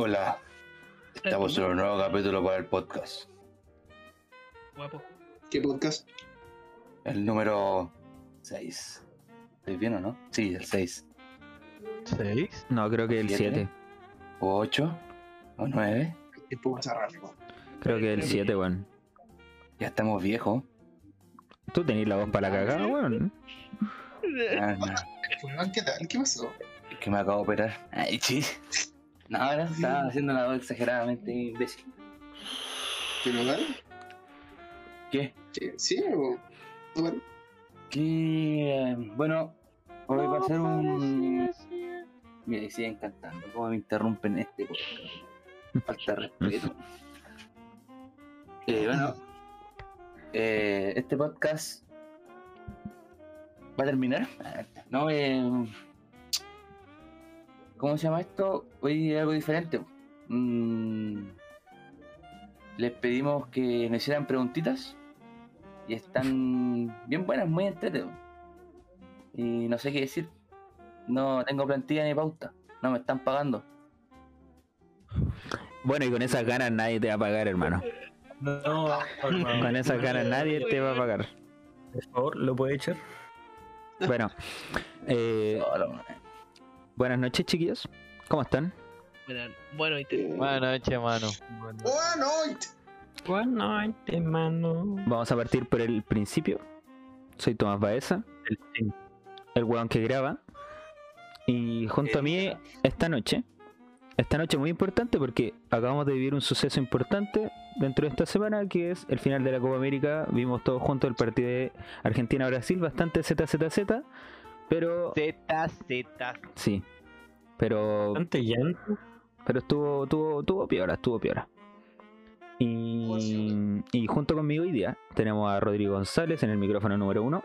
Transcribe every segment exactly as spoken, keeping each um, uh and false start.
Hola, estamos en un nuevo capítulo para el podcast. Guapo. ¿Qué podcast? El número seis. ¿Estoy bien o no? Sí, el seis. ¿Seis? No, creo que el siete. ¿O ocho? ¿O nueve? El tiempo pasa rápido. Creo que el siete, weón. Ya estamos viejos. Tú tenés la voz para la cagada, weón. Ah, no, Weón, ¿qué tal? ¿Qué pasó? es que me acabo de operar. Ay, sí. No, ahora estaba haciendo una voz exageradamente imbécil. ¿Qué no tal? ¿Qué? Sí, sí, o... Bueno, Que, eh, bueno, hoy va a ser un... Mira, y siguen cantando. ¿Cómo me interrumpen este podcast? Falta de respeto. Eh, bueno, eh, este podcast va a terminar. No, eh, ¿cómo se llama esto? Hoy es algo diferente. Mm, les pedimos que nos hicieran preguntitas y están bien buenas, muy entretenidas. Y no sé qué decir. No tengo plantilla ni pauta. No me están pagando. Bueno, y con esas ganas nadie te va a pagar, hermano. No, Con esas ganas nadie te va a pagar. por favor, ¿lo puede echar? Bueno, eh, Solo, buenas noches, chiquillos. ¿Cómo están? Bueno, bueno, y te... Buenas noches, mano. bueno, Buenas noches, mano. Vamos a partir por el principio. Soy Tomás Baeza, El el weón que graba. Y junto a mí, esta noche, esta noche muy importante porque acabamos de vivir un suceso importante dentro de esta semana, que es el final de la Copa América. Vimos todos juntos el partido de Argentina-Brasil, bastante Z Z Z, pero... Z, Z. Sí, pero... Bastante llanto. Pero estuvo, estuvo, estuvo piola, estuvo piola. Y, y junto conmigo hoy día tenemos a Rodrigo González en el micrófono número uno.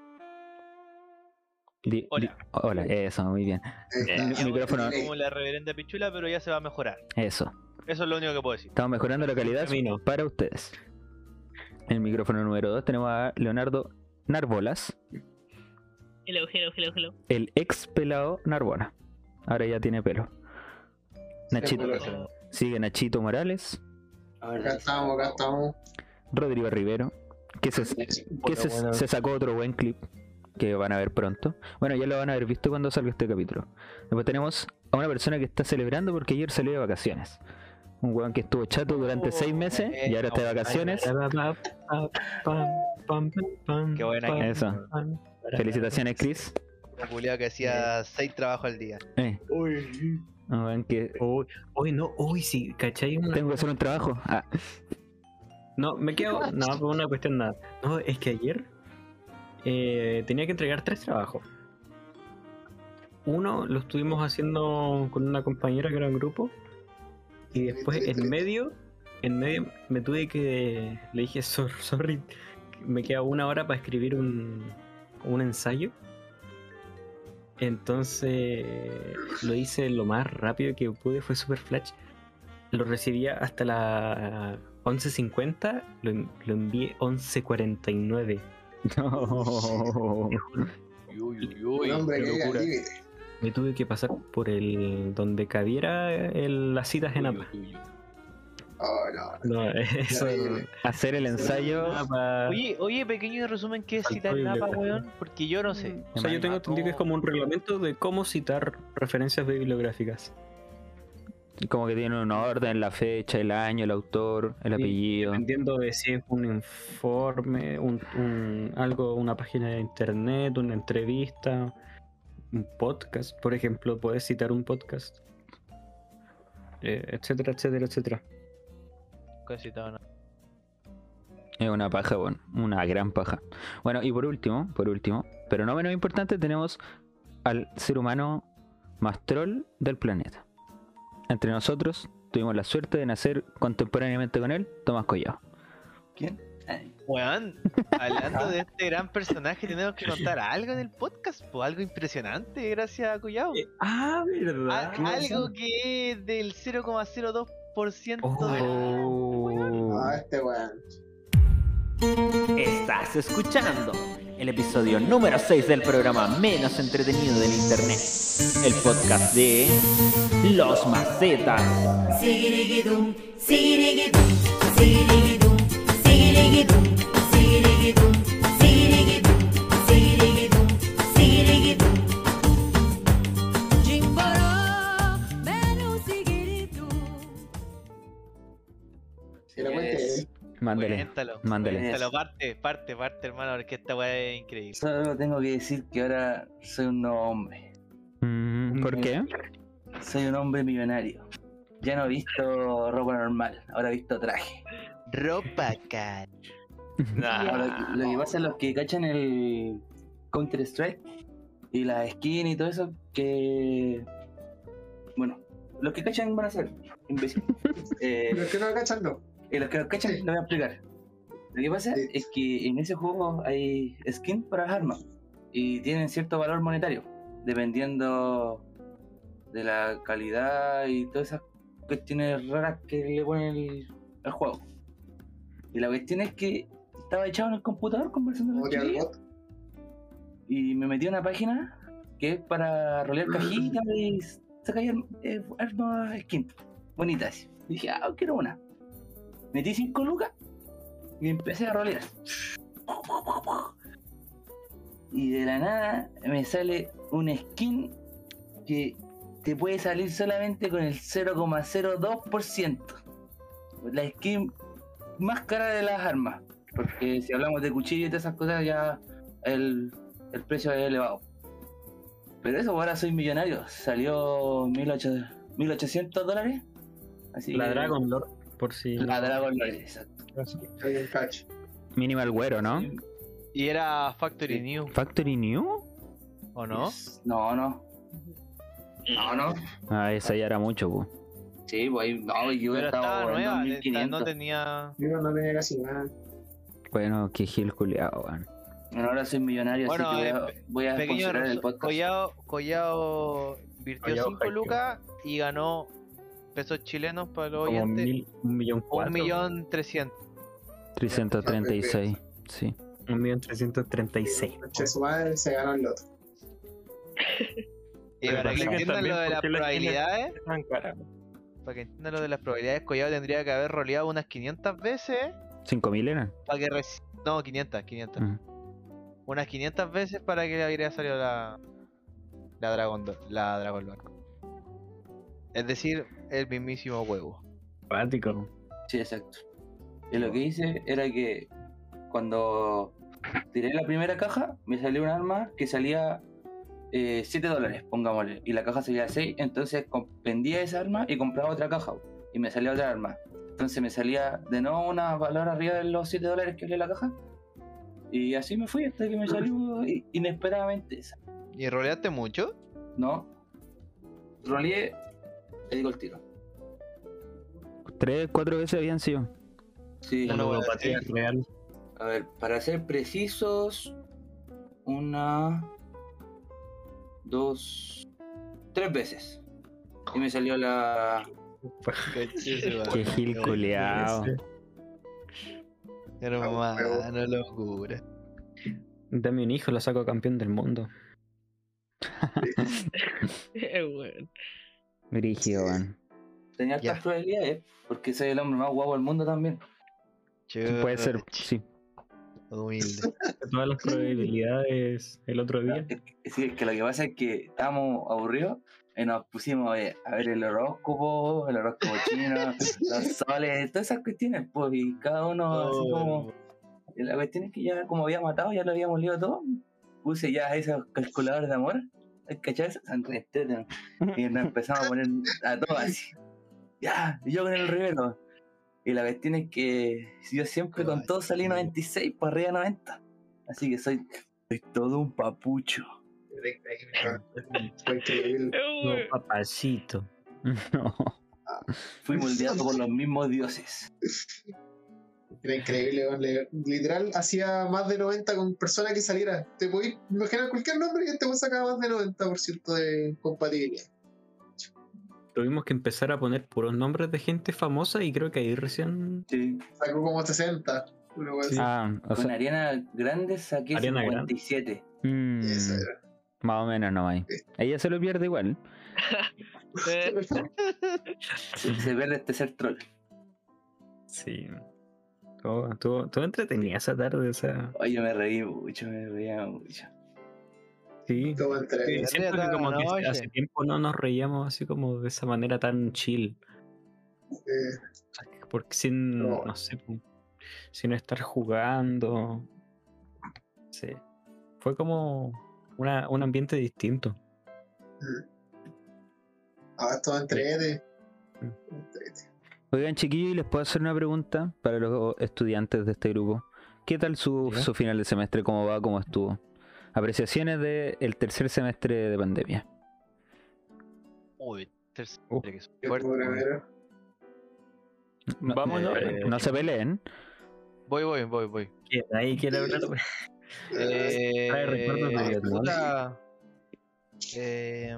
Di- Hola. di- hola, eso, muy bien. está. Mi- micrófono, Como la reverenda pichula, pero ya se va a mejorar. eso. Eso es lo único que puedo decir. Estamos mejorando la calidad Camino. para ustedes. En el micrófono número dos tenemos a Leonardo Narbolas, Hello, hello, hello, hello. el ex pelado Narbona. Ahora ya tiene pelo. Nachito, Pero- sigue Nachito Morales, Acá estamos, acá estamos. Rodrigo Rivero, que se, que se, bueno. se sacó otro buen clip que van a ver pronto. Bueno, ya lo van a haber visto cuando salga este capítulo. Después tenemos a una persona que está celebrando porque ayer salió de vacaciones. Un weón que estuvo chato durante seis meses y ahora está de vacaciones. Qué buena Eso. Felicitaciones, Chris. Un culiao que hacía seis trabajos al día. Eh, un weón que Uy, uy, no, uy, sí, ¿cachai? Una- tengo que hacer un trabajo. Ah, No, me quedo. No, por una cuestión nada. No, es que ayer eh, tenía que entregar tres trabajos. Uno lo estuvimos haciendo con una compañera que era un grupo. Y después en medio, en medio me tuve que. Le dije, "Sor- sorry, me queda una hora para escribir un, un ensayo. Entonces lo hice lo más rápido que pude, fue super flash. Lo recibía hasta las once cincuenta, lo, en- lo envié once cuarenta y nueve. no. Un hombre que llega al locura. límite. Me tuve que pasar por el donde cabiera el, las citas en APA. Oh, no. No, eso Terrible. Hacer el ensayo. APA. Oye, oye, pequeño resumen, ¿qué es citar Faltó Napa, bibliografía. weón? Porque yo no sé. O sea, yo tengo entendido que es como un reglamento de cómo citar referencias bibliográficas. Como que tiene un orden, la fecha, el año, el autor, el Sí, apellido. Dependiendo de si es un informe, un, un- algo, una página de internet, una entrevista, un podcast, por ejemplo, puedes citar un podcast, eh, etcétera, etcétera, etcétera. ¿Qué citaba Napa? Es una paja, bueno, una gran paja. Bueno, y por último, por último, pero no menos importante, tenemos al ser humano más troll del planeta. Entre nosotros tuvimos la suerte de nacer contemporáneamente con él, Tomás Collado. ¿Quién? Ay, Weón, hablando de este gran personaje, tenemos que contar algo en el podcast, pues algo impresionante, gracias a Cuyao. Ah, ¿verdad? Algo que es del cero coma cero dos por ciento de Oh. Ah, este weón. Estás escuchando el episodio número seis del programa menos entretenido del internet, el podcast de Los Macetas. Sigirigidum, sigirigidum, sigirigidum, sigirigidum, sigirigidum, sigirigidum, sigirigidum, sigirigidum. Jimboro, menú sigirigidum. Si la cuente, Mándale, Cuéntalo, mándale. cuéntalo, parte, parte, parte, hermano, porque esta weá es increíble. Solo tengo que decir que ahora soy un nuevo hombre. Mm, ¿Por qué? Soy un hombre millonario. Ya no he visto ropa normal, ahora he visto traje. Ropa cat. Ahora, lo que pasa es los que cachan el Counter Strike y la skin y todo eso, que. Bueno, los que cachan van a ser imbéciles. Eh, pero es que no la cachan, no. y los que no cachan, lo voy a explicar. Lo que pasa Sí. es que en ese juego hay skin para las armas y tienen cierto valor monetario, dependiendo de la calidad y todas esas cuestiones raras que le ponen el, el juego. Y la cuestión es que estaba echado en el computador conversando con Como los que al chiquillos bot. y me metí a una página que es para rolear cajitas y sacar eh, armas skin bonitas. Y dije, ah, quiero una. Metí cinco lucas y empecé a rolear. Y de la nada me sale un skin que te puede salir solamente con el cero coma cero dos por ciento. La skin más cara de las armas. Porque si hablamos de cuchillo y todas esas cosas, ya el, el precio es elevado. Pero eso, ahora soy millonario. Salió mil ochocientos dólares. Así La que- Dragon Lord, por si. La Dragon Lord, exacto. Hay un cacho. Minimal Güero, ¿no? Y era Factory Sí. New, Factory New. ¿o no? No, no. No, no. Ah, esa ya era mucho, po. Sí, pues ahí, no, yo Pero estaba estaba en nueva, dos mil esta quinientos. no tenía. Yo no tenía casi nada. Bueno, qué gil culiao, weón. Bueno, ahora soy millonario, Bueno, así que eh, voy a, voy a Pequeño sponsorar el resumen, podcast. Collao, Collao invirtió Collao cinco hypeó. lucas y ganó pesos chilenos para los Como oyentes. mil, un millón cuatro. Un millón trescientos. trescientos treinta y seis, sí. Un millón trescientos treinta y seis. Che, su madre se ganó el loto. Y Pero para que expliquen entiendan también lo de por las qué la probabilidades, Tan cara. para que entiendan lo de las probabilidades, Collao tendría que haber roleado unas quinientas veces ¿cinco mil eran? para que reci- no, quinientas, quinientas. Mm. Unas quinientas veces para que le hubiera salido la la Dragon Do- la Dragon Lord. Es decir, el mismísimo huevo. Pático. Sí, exacto. Y lo que hice era que cuando tiré la primera caja, me salió un arma que salía eh, siete dólares, pongámosle, y la caja salía seis, entonces com- vendía esa arma y compraba otra caja, y me salía otra arma. Entonces me salía de nuevo una valor arriba de los siete dólares que valía la caja, y así me fui hasta que me salió i- inesperadamente esa. ¿Y roleaste mucho? No, roleé, te digo el tiro. Tres, cuatro veces habían sido. Sí, Una buena Ludopatía real. a ver, para ser precisos, una, dos, tres veces. Y me salió la... Qué gil culiao. Hermano, locura. Dame un hijo, lo saco campeón del mundo. Eh, weón. Brígido, weón. Tenía Ya. altas probabilidades, porque soy el hombre más guapo del mundo también. Puede ser, sí. Humilde. Todas las probabilidades el otro día. Es que- Sí, es que lo que pasa es que estábamos aburridos y nos pusimos a ver, a ver el horóscopo, el horóscopo chino, los soles, todas esas cuestiones, pues, y cada uno así como... y la cuestión es que ya como había matado, ya lo habíamos liado todo, puse ya esos calculadores de amor, ¿cachai? Son re entrete, y nos empezamos a poner a todos así. Ya, y yo con el Rivero. Y la cuestión es que yo siempre con todo salí noventa y seis para arriba de noventa. Así que soy, soy todo un papucho. Fue increíble. Eh, No, weón. papacito. No. Fui moldeado por los mismos dioses. Era increíble, weón. Le- literal hacía más de noventa con persona que saliera. Te podías imaginar cualquier nombre y este weón sacaba más de noventa por ciento de compatibilidad. Tuvimos que empezar a poner puros nombres de gente famosa y creo que ahí recién. Sí. Sacó como sesenta. Una wea Sí. así. Ah, o Con sea, Ariana Grande saqué Ariana cincuenta y siete. mm, Esa era. más o menos no hay. Ella se lo pierde igual. Eh, Se, se pierde este ser troll. Sí. Todo, todo, todo entretenida esa tarde, o sea. Oye, me reí mucho, me reía mucho. Sí. Como entre- Sí, Arriba siento que toda como la que noche. hace tiempo no nos reíamos así como de esa manera tan chill. eh, Porque sin, No. no sé, pu- sin estar jugando. Sí. Fue como una, un ambiente distinto. Ah, todo entrete. Mm. Entrete. Oigan, chiquillos, les puedo hacer una pregunta para los estudiantes de este grupo. ¿Qué tal su, ¿Ya? su final de semestre? ¿Cómo va? ¿Cómo estuvo? Apreciaciones del tercer semestre de pandemia. Uy, tercer Uh, que es Yo fuerte. como weón. primero. No, Vamos en eh, orden. no se peleen. Voy, voy, voy, voy. ¿Quién ahí quiere hablar? Eh, Trae recuerdos de Vietnam. puta, eh,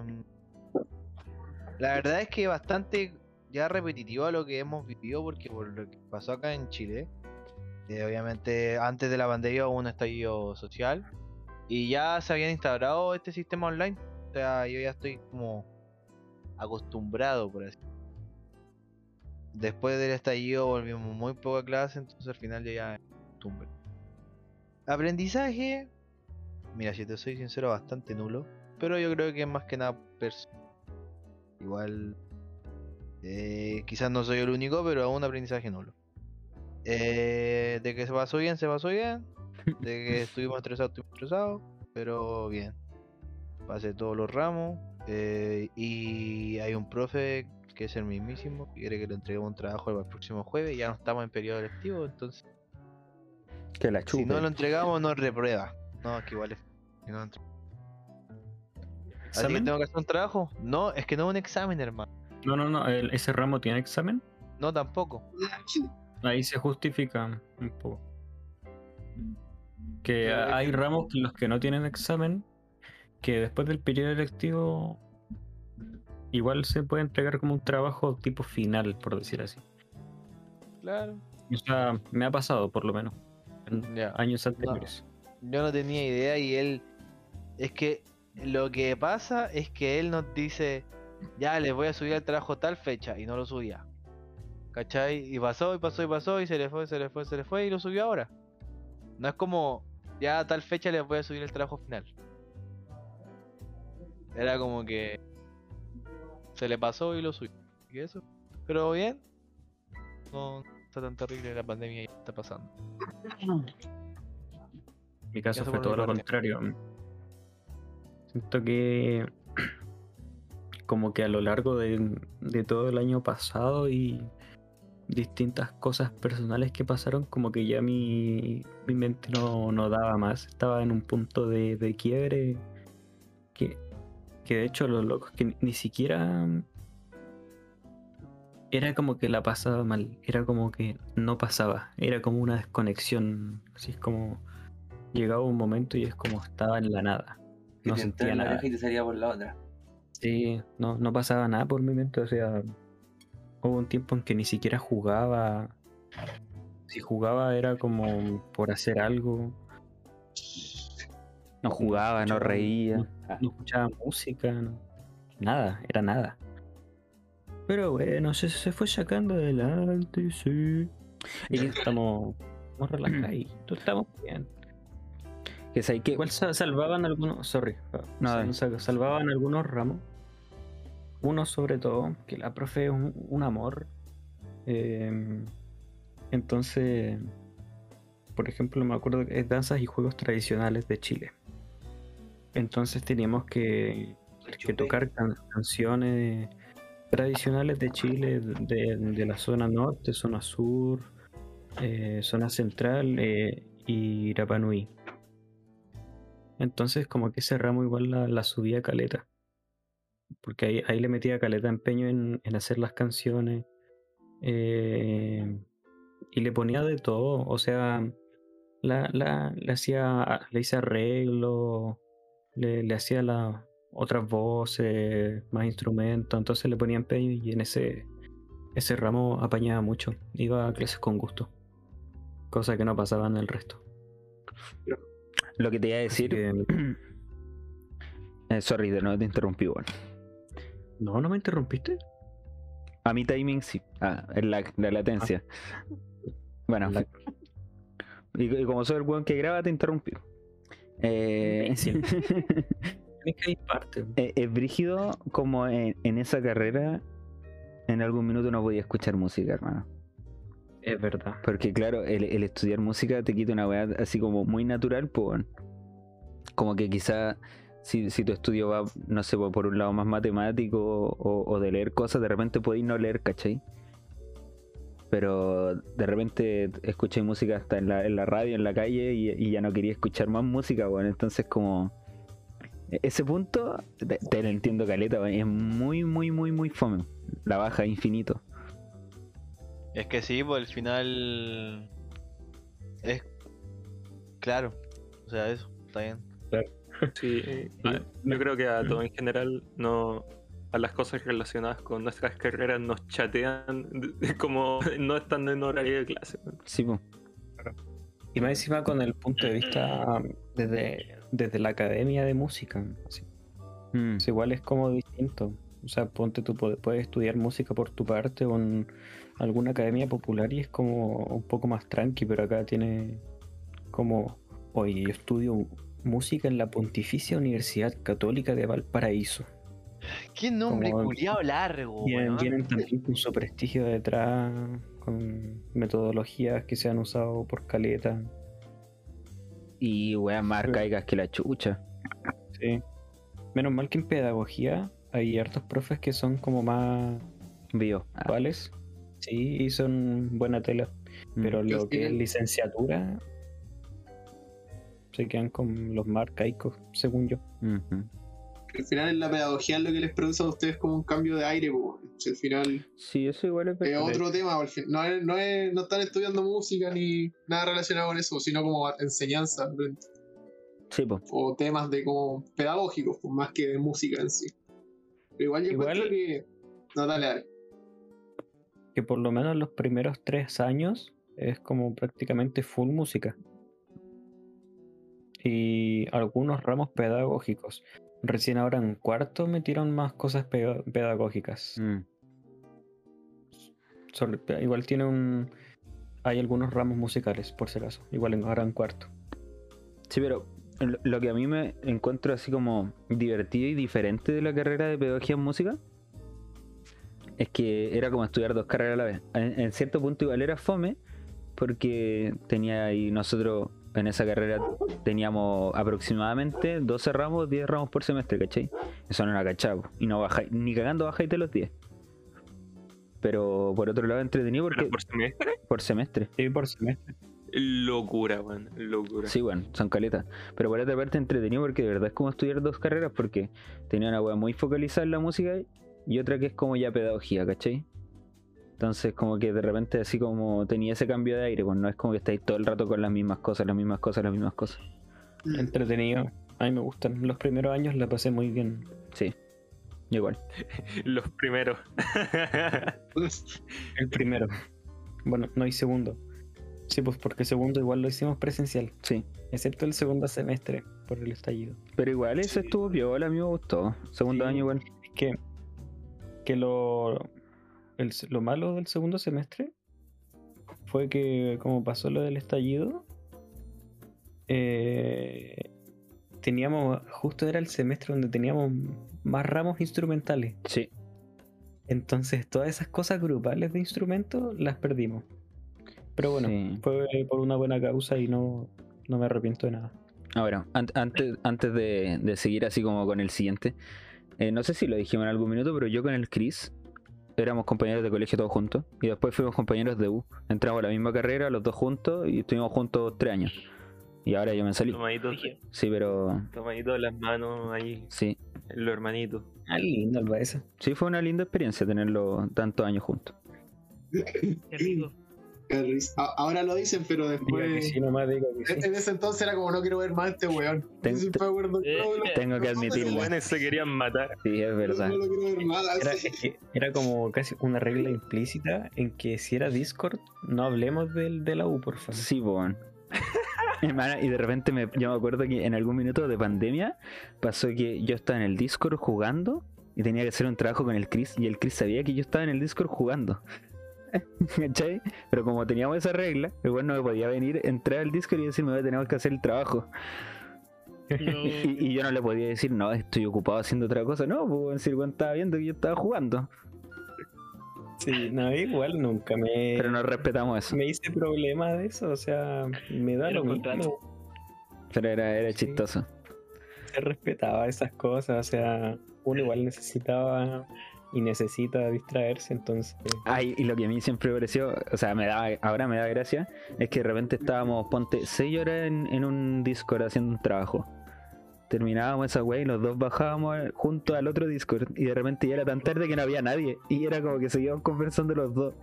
la verdad es que bastante ya repetitivo a lo que hemos vivido, porque por lo que pasó acá en Chile, eh, obviamente antes de la pandemia hubo un estallido social y ya se habían instaurado este sistema online. O sea, yo ya estoy como acostumbrado, por así. Después del estallido volvimos muy poco a clase, entonces al final ya me acostumbré. Aprendizaje, mira, si te soy sincero, bastante nulo, pero yo creo que es más que nada personal. Igual, eh, quizás no soy el único, pero aún aprendizaje nulo. Eh, de que se pasó bien, se pasó bien. De que estuvimos estresados, estuvimos estresados, pero bien. Pasé todos los ramos. eh, y hay un profe que es el mismísimo, que quiere que le entreguemos un trabajo el próximo jueves. Ya no estamos en periodo lectivo, entonces Que la si chupe. no lo entregamos, nos reprueba. No, es que igual es. si no lo entre- Así que ¿Examen? tengo que hacer un trabajo. No, es que no es un examen, hermano. No, no, no. el- ese ramo tiene examen. No, tampoco. Ahí se justifica un poco. Que Pero es hay que- ramos en los que no tienen examen, que después del periodo electivo igual se puede entregar como un trabajo tipo final, por decir así. Claro. O sea, me ha pasado por lo menos en Ya. años anteriores. Yo no tenía idea y él. Es que lo que pasa es que él nos dice: ya les voy a subir el trabajo tal fecha, y no lo subía. ¿Cachai? Y pasó y pasó y pasó y se le fue, se le fue, se le fue y lo subió ahora. No es como: ya a tal fecha les voy a subir el trabajo final. Era como que se le pasó y lo subió. ¿Y eso? Pero bien. No está tan terrible la pandemia, ya está pasando. En mi caso Eso fue por todo mi lo parte. contrario. Siento que como que a lo largo de, de todo el año pasado y distintas cosas personales que pasaron, como que ya mi, mi mente no, no daba más. Estaba en un punto de, de quiebre que, que de hecho lo loco es que ni, ni siquiera era como que la pasaba mal, era como que no pasaba, era como una desconexión. Así es como llegaba un momento y es como estaba en la nada. Que No te entraba sentía en la nada. oreja y te salía por la otra. Sí, no, no pasaba nada por mi mente, o sea, hubo un tiempo en que ni siquiera jugaba. Si jugaba era como por hacer algo. No jugaba, no escuchaba- reía. No, no escuchaba música, no- nada, era nada. Pero bueno, se, se fue sacando adelante, sí. Y que- Estamos, estamos relajaditos, estamos bien. Que es ahí que. Igual sa- salvaban algunos, sorry, No, sal- dale. sal- salvaban algunos ramos. Uno sobre todo, que la profe es un, un amor. Eh, entonces, por ejemplo, me acuerdo que es danzas y juegos tradicionales de Chile. Entonces teníamos que, que tocar can- canciones tradicionales de Chile, de, de la zona norte, zona sur, eh, zona central eh, y Rapa Nui. Entonces como que ese ramo igual la, la subía caleta. Porque ahí, ahí le metía caleta empeño en, en hacer las canciones. eh, y le ponía de todo. O sea, la, la, le hacía, le hice arreglo, le, le hacía las otras voces, más instrumentos. Entonces le ponía empeño y en ese, ese ramo apañaba mucho. Iba a clases con gusto. cosa que no pasaba en el resto. Lo que te iba a Así decir. que- eh, sorry, de nuevo te interrumpí, bueno. No, no me interrumpiste. A mi timing sí. Ah, el lag, la latencia. Bueno, La- y, y como soy el weón que graba, te interrumpí. Eh, Imbécil. Tienes que disparte. eh, es brígido como en, en esa carrera en algún minuto no podía escuchar música, hermano. Es verdad. Porque claro, el, el estudiar música te quita una weá así como muy natural, pues. Como que quizá si, si tu estudio va, no sé, po, por un lado más matemático o, o de leer cosas, de repente podéis no leer, ¿cachai? Pero de repente escuché música hasta en la, en la radio, en la calle, y, y ya no quería escuchar más música, weón. Entonces como... Ese punto, te, te lo entiendo, caleta, weón, es muy, muy, muy, muy fome. La baja infinito. Es que sí, pues al final. Es. Claro. O sea, eso, está bien. Sí, a- yo creo que a todo en general, no, a las cosas relacionadas con nuestras carreras nos chatean de- de como no están en horario de clase. Sí, pues. Y más encima con el punto de vista desde, desde la academia de música. Así. Mm. Pues igual es como distinto. O sea, ponte tú, puedes puedes estudiar música por tu parte o en alguna academia popular y es como un poco más tranqui, pero acá tiene como, oye, yo estudio música en la Pontificia Universidad Católica de Valparaíso. ¿Qué nombre Como- culiado largo, Vienen, weón? vienen también con su prestigio detrás, con metodologías que se han usado por caleta. Y weas más arcaicas que la chucha. Sí. Menos mal que en pedagogía hay hartos profes que son como más Bio. Ah, actuales. Sí, y son buena tela. mm. Pero Yo lo que es sí. licenciatura se quedan con los más arcaicos, según yo. Ujú. Al final en la pedagogía es lo que les produce a ustedes como un cambio de aire, po. Si al final Sí, eso igual es es verdad. otro tema, al fin- no, es- no, es- no están estudiando música ni nada relacionado con eso, sino como enseñanza Sí, pues. o temas de como pedagógicos, pues, más que de música en sí. Pero igual yo Igual- encuentro que... No, dale, dale. Que por lo menos los primeros tres años es como prácticamente full música. Y algunos ramos pedagógicos. Recién ahora en cuarto metieron más cosas pega- pedagógicas. Mm. Sobre- igual tiene un... Hay algunos ramos musicales, por si acaso. Igual en, ahora en cuarto. Sí, pero lo- lo que a mí me encuentro así como divertido y diferente de la carrera de pedagogía en música es que era como estudiar dos carreras a la vez. En, en cierto punto igual era fome porque tenía ahí nosotros en esa carrera teníamos aproximadamente doce ramos, diez ramos por semestre, ¿cachai? Eso no era cachado. Y no bajáis, ni cagando bajáis de los diez. Pero por otro lado entretenido porque ¿Pero por semestre? por semestre. Sí, por semestre. Locura, weón, locura. Sí, bueno, son caletas. Pero por otra parte entretenido porque de verdad es como estudiar dos carreras porque tenía una wea muy focalizada en la música y otra que es como ya pedagogía, ¿cachai? Entonces como que de repente así como tenía ese cambio de aire, pues no es como que estáis todo el rato con las mismas cosas, las mismas cosas, las mismas cosas. Entretenido. A mí me gustan. Los primeros años la pasé muy bien. Sí, igual. Los primeros. El primero. Bueno, no hay segundo. Sí, pues porque segundo igual lo hicimos presencial. Sí. Excepto el segundo semestre por el estallido. Pero igual eso Sí. estuvo piola, a mí me gustó. Segundo Sí. año igual. Es que, que lo, el- lo malo del segundo semestre fue que como pasó lo del estallido, eh, teníamos, justo era el semestre donde teníamos más ramos instrumentales. Sí. Entonces todas esas cosas grupales de instrumentos las perdimos. Pero bueno, Sí. fue por una buena causa y no, no me arrepiento de nada. Ahora, an- antes, antes de, de seguir así como con el siguiente, eh, no sé si lo dijimos en algún minuto, pero yo con el Chris éramos compañeros de colegio todos juntos y después fuimos compañeros de U. Entramos a la misma carrera, los dos juntos, y estuvimos juntos tres años. Y ahora yo me salí. Tomaditos, Sí, pero tomaditos las manos ahí, sí. los hermanitos. Ah, lindo el ese. Sí, fue una linda experiencia tenerlo tantos años juntos. Qué rico. Qué risa. A- Ahora lo dicen, pero Diga que después. sí, nomás diga que sí. En ese entonces era como no quiero ver más a este weón. Ten- Sí, me acuerdo de Eh, todo lo- Tengo que no, admitirlo. Los buenos se querían matar. Sí, es No, verdad. no lo quiero ver más. Era, así. es que era como casi una regla implícita en que si era Discord, no hablemos del, de la U, por favor. Sí, bon. Hermano, y de repente me, yo me acuerdo que en algún minuto de pandemia pasó que yo estaba en el Discord jugando y tenía que hacer un trabajo con el Chris y el Chris sabía que yo estaba en el Discord jugando. ¿Cachai? Pero como teníamos esa regla, el weón no me podía venir, entrar al Discord y decirme, tenemos que hacer el trabajo. Y, y yo no le podía decir, no, estoy ocupado haciendo otra cosa. No, pues si el weón estaba viendo que yo estaba jugando. Sí, no, igual nunca me, Pero no respetamos eso. me hice problema de eso, o sea, me da Era lo un mismo. contrato. Pero era, era Sí. chistoso. Se respetaba esas cosas, o sea, uno igual necesitaba y necesita distraerse, entonces. Ay, y lo que a mí siempre me pareció, o sea, me da, ahora me da gracia, es que de repente estábamos, ponte, seis horas en, en un Discord haciendo un trabajo. Terminábamos esa wey y los dos bajábamos junto al otro Discord y de repente ya era tan tarde que no había nadie y era como que seguíamos conversando los dos,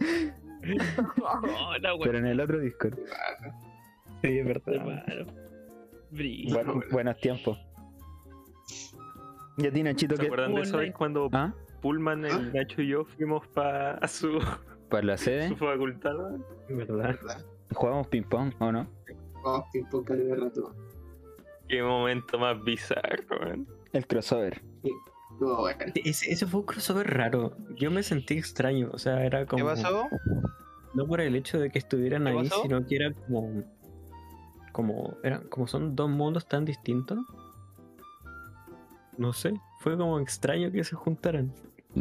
Oh, la wea, pero en el otro Discord. Sí, es verdad. hermano. Brillo. Bueno, buenos tiempos. ¿Y a ti, Nachito, ¿Se qué? acuerdan de esa vez Online. cuando ¿Ah? Pullman, el ¿Ah? Nacho y yo fuimos para su, ¿Para la sede? su facultad? Es verdad. ¿Verdad? ¿Jugamos ping pong o no? Oh, ping pong calidad de rato. Qué momento más bizarro, man. El crossover. Estuvo bueno. Ese, ese fue un crossover raro. Yo me sentí extraño, o sea, era como. ¿Qué pasó? No por el hecho de que estuvieran ¿Qué ahí, pasó? sino que era como. Como, eran, como son dos mundos tan distintos. No sé, fue como extraño que se juntaran.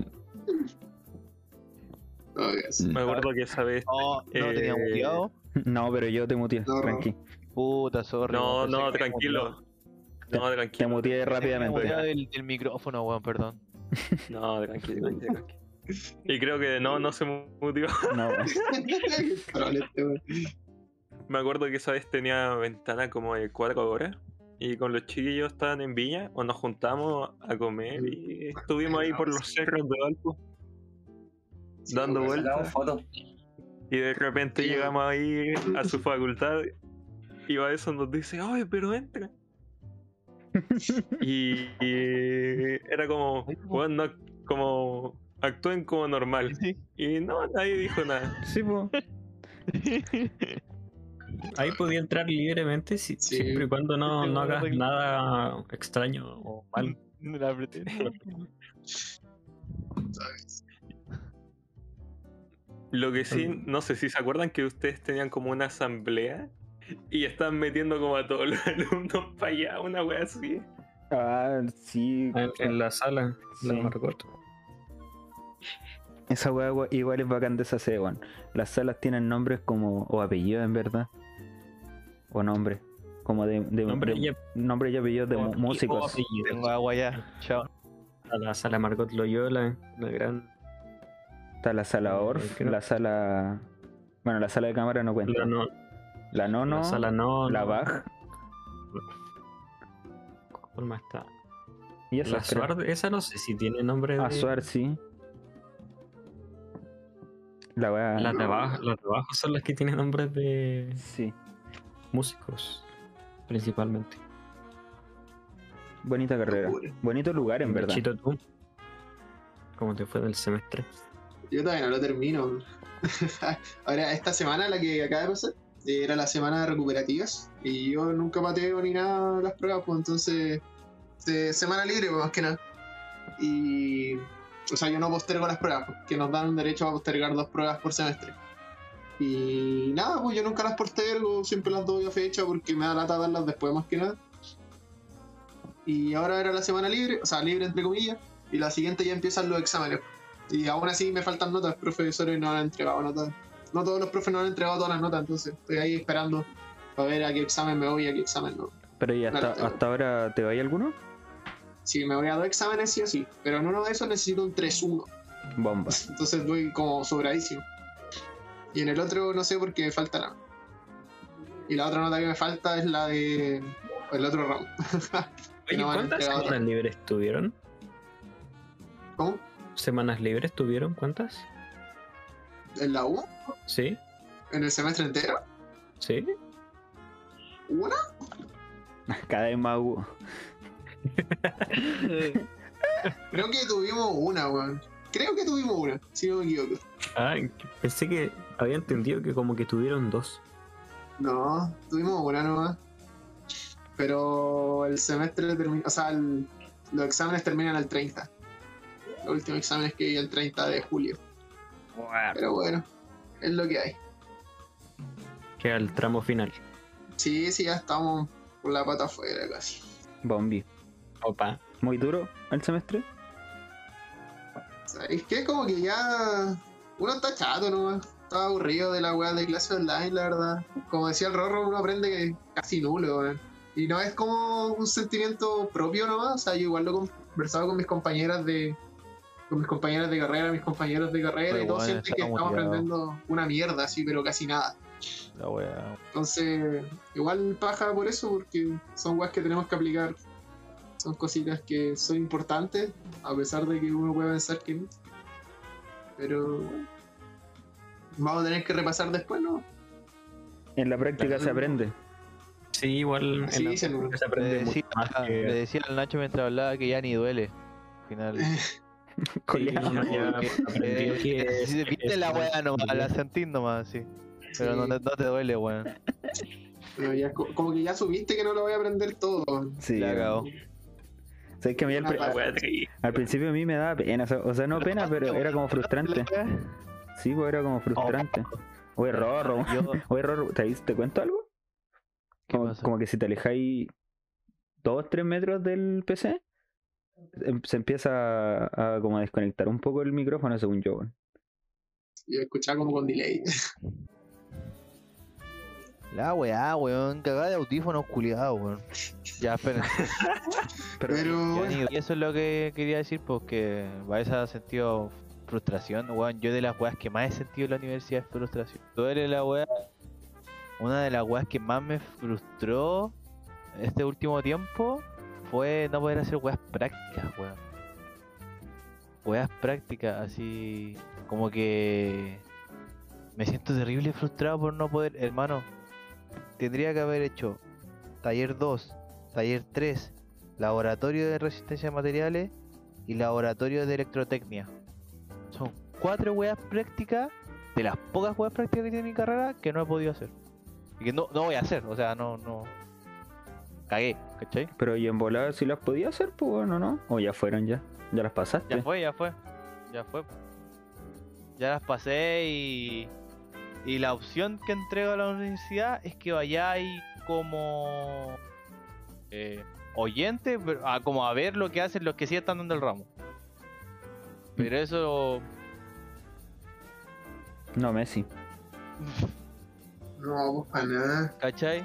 Oh, yes. Me acuerdo que esa vez. No, no lo tenía Eh, muteado. No, pero yo te muteé, No. tranqui. Puta, sorry. No, weón, pensé no, que me había tranquilo. muteado. No, Te tranquilo. muteé Pensé que me había rápidamente. muteado el, el micrófono, weón, perdón. No, tranquilo, tranquilo, tranquilo. Y creo que no, no se mutió. No, Probable este weón. Me acuerdo que esa vez tenía ventana como de cuatro horas. Y con los chiquillos estaban en Viña, o nos juntamos a comer y estuvimos ahí por los cerros de Valpo, Sí, dando weón. vueltas. Sacamos fotos. Y de repente Sí. llegamos ahí a su facultad y va eso nos dice, oye, pero entra. y, y era como, bueno, no, como actúen como normal. Sí. Y no, nadie dijo nada. sí, po. Ahí podía entrar libremente si- Sí. siempre y cuando no, Este no weón hagas arregla- nada extraño o mal. No la apreté. ¿Sabes? Lo que sí, no sé si se acuerdan que ustedes tenían como una asamblea y estaban metiendo como a todos los alumnos para allá, una wea así. Ah, sí. En, en la sala, la Sí. Margot. Esa weá gua- igual es bacán de esa sede, weón. Las salas tienen nombres como. O apellidos, en verdad. O nombres. Como de. de Nombre de- y ap- nombres y apellidos de o mu- ape- o músicos. apellido. Tengo agua ya. Chao. A la sala Margot Loyola, la gran. Está la sala Eh, Orff, creo- la sala. Bueno, la sala de cámara no cuenta. La, no, La Nono, la sala no. la no. Bach. ¿Cuál más está? Y La esas creo. Suar, esa no sé si tiene nombre de. Azuar, sí. La weá. Las de abajo, las de abajo son las que tienen nombres de Sí. músicos, principalmente. Bonita carrera. Locura. Bonito lugar, en verdad. Chito, tú. ¿Cómo te fue del semestre? Yo todavía no lo termino. Ahora, esta semana, la que acaba de pasar, eh, era la semana de recuperativas. Y yo nunca pateo ni nada las pruebas, pues entonces. eh, semana libre, pues, más que nada. Y. O sea, yo no postergo las pruebas, porque nos dan un derecho a postergar dos pruebas por semestre. Y nada, pues yo nunca las postergo, siempre las doy a fecha porque me da lata darlas después, más que nada. Y ahora era la semana libre, o sea, libre entre comillas, y la siguiente ya empiezan los exámenes. Y aún así me faltan notas, profesores no han entregado notas. No todos los profes no han entregado todas las notas, entonces estoy ahí esperando para ver a qué examen me voy y a qué examen no. Pero ¿y hasta, Claro, hasta ahora te va alguno? Si me voy a dos exámenes, sí o sí, pero en uno de esos necesito un tres uno, Bomba. entonces voy como sobradísimo. Y en el otro no sé por qué me falta nada. Y la otra nota que me falta es la de el otro round. Que Oye, no me han ¿cuántas entregado semanas libres tuvieron? ¿Cómo? ¿Semanas libres tuvieron? ¿Cuántas? ¿En la U? ¿Sí? ¿En el semestre entero? ¿Sí? ¿Una? Cada vez más Hugo. Creo que tuvimos una, weón. Creo que tuvimos una, si no me equivoco. Ah, pensé que había entendido que como que tuvieron dos. No, tuvimos una nomás. Pero el semestre termina, o sea, el- los exámenes terminan el treinta. Los últimos exámenes que hay el treinta de julio. Pero bueno, es lo que hay. Queda el tramo final. Sí, sí, ya estamos con la pata afuera casi. Bombi. Opa. Muy duro el semestre. O sea, es que como que ya uno está chato nomás. Está aburrido de la weá de clase online, la verdad. Como decía el Rorro, uno aprende que casi nulo, weón. Y no es como un sentimiento propio nomás. O sea, yo igual lo he conversado con mis compañeras de. Con mis compañeras de carrera, mis compañeros de carrera, Pero y todos bueno, sienten que está estamos motivado. aprendiendo una mierda, así, pero casi nada. La wea. Entonces, igual paja por eso, porque son weas que tenemos que aplicar. Son cositas que son importantes, a pesar de que uno puede pensar que no. Pero bueno, vamos a tener que repasar después, ¿no? En la práctica Claro. se aprende. Sí, igual Así en la dicen, práctica se Le aprende decía, mucho más le que... decía al Nacho mientras hablaba que ya ni duele. Al final. Sí, Coleado. uno ya aprendió Eh, que si es- viste es la más wea nomás, difícil. la sentís nomás, sí. Pero no, Sí. no te duele, weón. Pero ya, co- como que ya subiste que no lo voy a aprender todo. Sí. La cagó. ¿Sabes que a mí al, Una pri- paja. al principio a mí me daba pena? O sea, o sea, no pena, pero era como frustrante. Sí, pues era como frustrante. Oye, Rorro. Yo- Oye, Rorro, ¿te, te cuento algo? ¿Qué Como, pasa? como que si te alejáis dos, tres metros del P C, em- se empieza a, a como a desconectar un poco el micrófono, según yo. weón. Yo escuchaba como con delay. La weá, weón, cagada de audífonos culiados, weón. Ya, esperen. Pero, Ya, bueno, ni- y eso es lo que quería decir, porque vais a sentido frustración, weón. Yo de las weas que más he sentido en la universidad es frustración. Tú eres la wea. Una de las weas que más me frustró este último tiempo fue no poder hacer weas prácticas, weón. Weas prácticas, así como que me siento terrible frustrado por no poder, hermano. Tendría que haber hecho taller dos, taller tres, laboratorio de resistencia de materiales y laboratorio de electrotecnia. Son cuatro weas prácticas de las pocas weas prácticas que tiene mi carrera que no he podido hacer. Y que no, no voy a hacer, o sea, no, no. Cagué, ¿cachai? Pero y en volada si las podía hacer, pues bueno, ¿no? O ya fueron ya. Ya las pasaste. Ya fue, ya fue. Ya fue. Ya las pasé y. Y la opción que entrego a la universidad es que vayáis como. Eh, oyente, pero- a, como a ver lo que hacen los que sí están dando el ramo. Pero eso. No, Messi. no, pues para nada. ¿Cachai?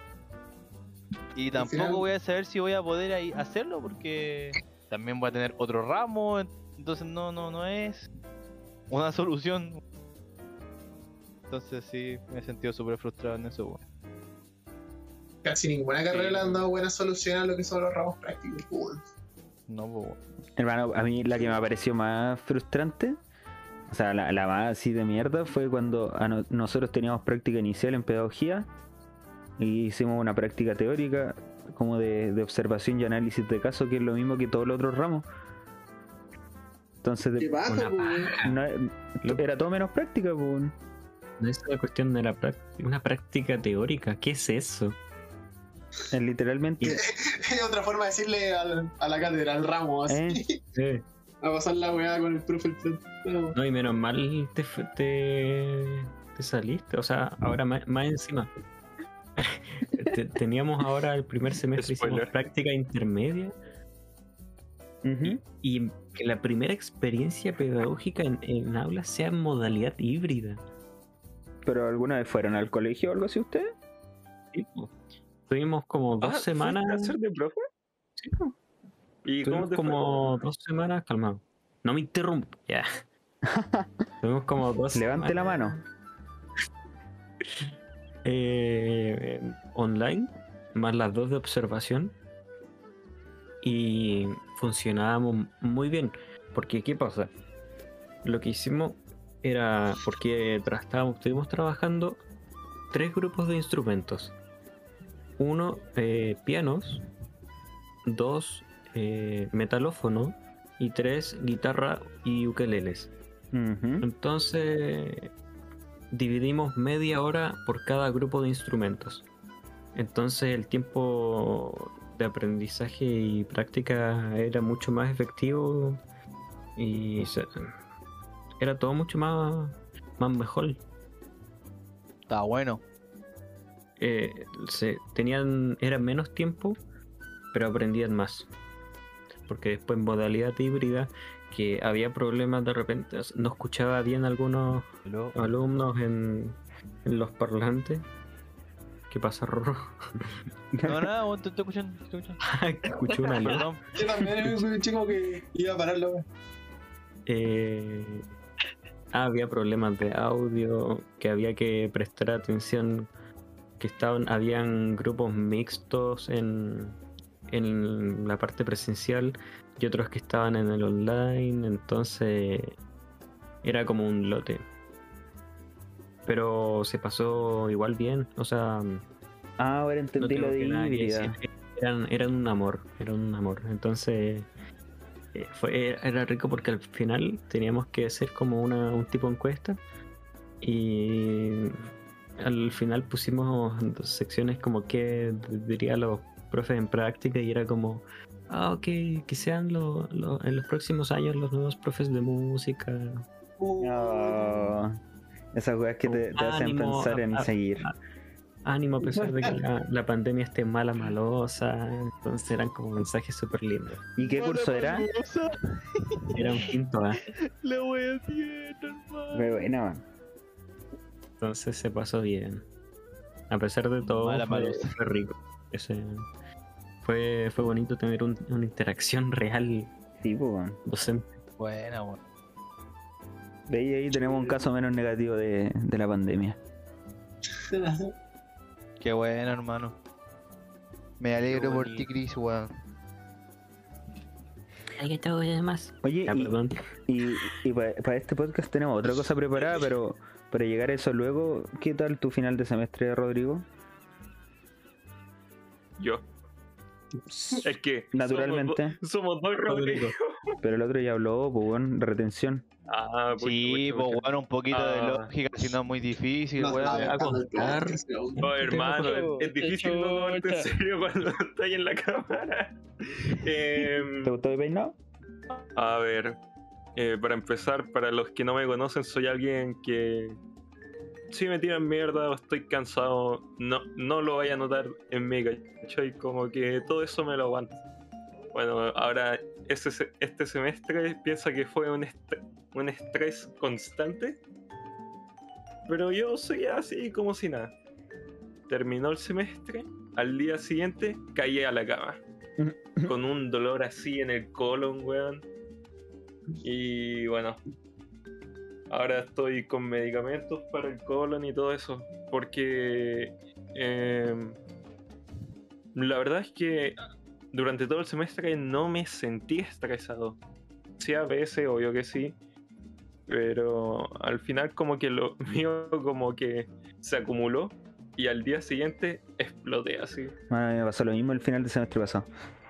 Y tampoco final- voy a saber si voy a poder ahí hacerlo porque también voy a tener otro ramo, entonces no, no, no es una solución. Entonces sí, me he sentido súper frustrado en eso. weón. Casi ninguna carrera le han dado buena solución a lo que son los ramos prácticos. pues, weón. No, pues, weón. Hermano, a mí la que me pareció más frustrante, o sea, la, la más así de mierda, fue cuando a no- nosotros teníamos práctica inicial en pedagogía y hicimos una práctica teórica como de, de observación y análisis de casos, que es lo mismo que todos los otros ramos. Entonces, de- ¿Qué pasa, Una pues, weón? no- era todo menos práctica, pues. No es una cuestión de la práctica, una práctica teórica. ¿Qué es eso? Es literalmente. Es otra forma de decirle al- a la cátedra, al ramo, así. ¿Eh? Sí. A pasar la weá con el profe al frente. No. No, y menos mal te, fu- te, te saliste. O sea, ahora más, más encima. Te- teníamos ahora el primer semestre, hicimos Spoiler. práctica intermedia. Ujú. Y que la primera experiencia pedagógica en, en aula sea en modalidad híbrida. ¿Pero alguna vez fueron al colegio o algo así ustedes? Sí, po. Tuvimos como dos Ah, semanas. ¿fuiste a hacer de profe? Sí, po. ¿Y cómo Tuvimos te como dos semanas, calmado. No me interrumpa, ya. Tuvimos como dos Levante la semanas, mano. eh, online, más las dos de observación. Y funcionábamos muy bien. Porque, ¿qué pasa? Lo que hicimos era porque tra- estábamos, estuvimos trabajando tres grupos de instrumentos. Uno, eh, pianos. Dos, eh, metalófono. Y tres, guitarra y ukeleles. Ujú. Entonces dividimos media hora por cada grupo de instrumentos. Entonces el tiempo de aprendizaje y práctica era mucho más efectivo y se- era todo mucho más, más mejor. Está bueno. Eh, se, tenían, era menos tiempo, pero aprendían más. Porque después en modalidad híbrida, que había problemas de repente, no escuchaba bien algunos alumnos en, en los parlantes. ¿Qué pasa, Rorro? No, nada, weón, te estoy escuchando. te estoy escuchando. Que escuché una luz. Perdón. Yo también escuché como que iba a pararlo, weón. Eh, ah, había problemas de audio, que había que prestar atención, que estaban, habían grupos mixtos en, en la parte presencial y otros que estaban en el online, entonces era como un lote. Pero se pasó igual bien, o sea, Ah, ahora no entendí tengo lo de que nada que híbrida. decir. Eran, eran un amor, eran un amor. Entonces eh, fue, era rico porque al final teníamos que hacer como una, un tipo de encuesta y al final pusimos dos secciones como que dirían los profes en práctica y era como, ah, ok, que sean lo- lo- en los próximos años los nuevos profes de música. Oh, esas weas que te, te hacen Ánimo, pensar en a- seguir. Ánimo a pesar de que la, la pandemia esté mala, malosa. Entonces eran como mensajes súper lindos. ¿Y qué curso era? Era un quinto A. La wea tiene, hermano. Muy buena, man. Entonces se pasó bien. A pesar de todo, Mala, fue, malosa. fue rico. Ese, fue, fue bonito tener un- una interacción real Sí, pues, weón. docente. Buena, weón. De ahí, ahí tenemos un caso menos negativo de, de la pandemia. Qué bueno, hermano. Me alegro por ti, bonito. Chris, weón. Hay que todo demás. Oye, Ya, y, perdón. y, y para este podcast tenemos otra cosa preparada, pero para llegar a eso luego, ¿qué tal tu final de semestre, Rodrigo? Yo. Es que. Naturalmente. Somos, do- somos dos Rodrigo. Pero el otro ya habló, pues, bueno, retención. Ah, pucha, Sí, pucha, pues pucha. weón, un poquito de Ah. lógica, si no es muy difícil, No weón. sabe a tanto, contar. weón. Oh, hermano, es, es difícil no tomarte en Chucha. serio cuando estás en la cámara. Em, ¿Te gustó mi peinado? a ver, eh, para empezar, para los que no me conocen, soy alguien que si me tiran mierda o estoy cansado, no, no lo vaya a notar en mí, ¿cachai? Como que todo eso me lo aguanto. Bueno, ahora ese, se- este semestre piensa que fue un, est- un estrés constante, pero yo soy así como si nada. Terminó el semestre, al día siguiente caí a la cama, con un dolor así en el colon, weón. Y bueno, ahora estoy con medicamentos para el colon y todo eso, porque eh, la verdad es que durante todo el semestre no me sentí estresado. Sí, a veces, obvio que sí, pero al final como que lo mío como que se acumuló y al día siguiente exploté así. Bueno, a mí me pasó lo mismo el final del semestre pasado.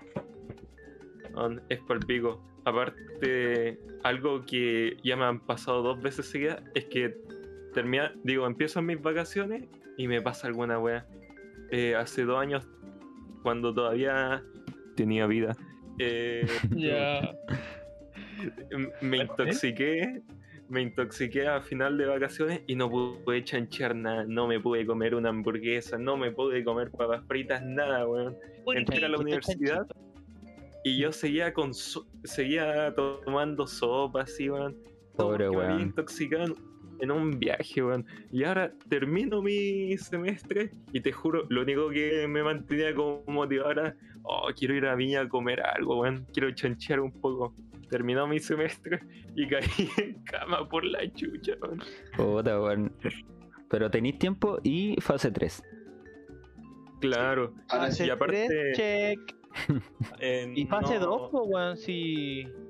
On- Es por pico. Aparte, algo que ya me han pasado dos veces seguidas es que termina, digo, empiezo mis vacaciones y me pasa alguna wea. Eh, hace dos años, cuando todavía tenía vida, eh, Ya. m- me intoxiqué. Me intoxiqué a final de vacaciones y no pude chanchar nada. No me pude comer una hamburguesa, no me pude comer papas fritas, nada, weón. Entré a la universidad y yo seguía con so- seguía tomando sopa así, weón. Todo Pobre porque me había weón. intoxicado en- en un viaje, weón. Y ahora termino mi semestre y te juro, lo único que me mantenía como motivado era, oh, quiero ir a Viña a comer algo, weón. Quiero chanchear un poco. Terminó mi semestre y caí en cama por la chucha, weón. Puta, weón. Pero tenéis tiempo y fase tres. Claro. Ahora sí. Y aparte- Tres, check. eh, Y fase no- dos, pues weón, si.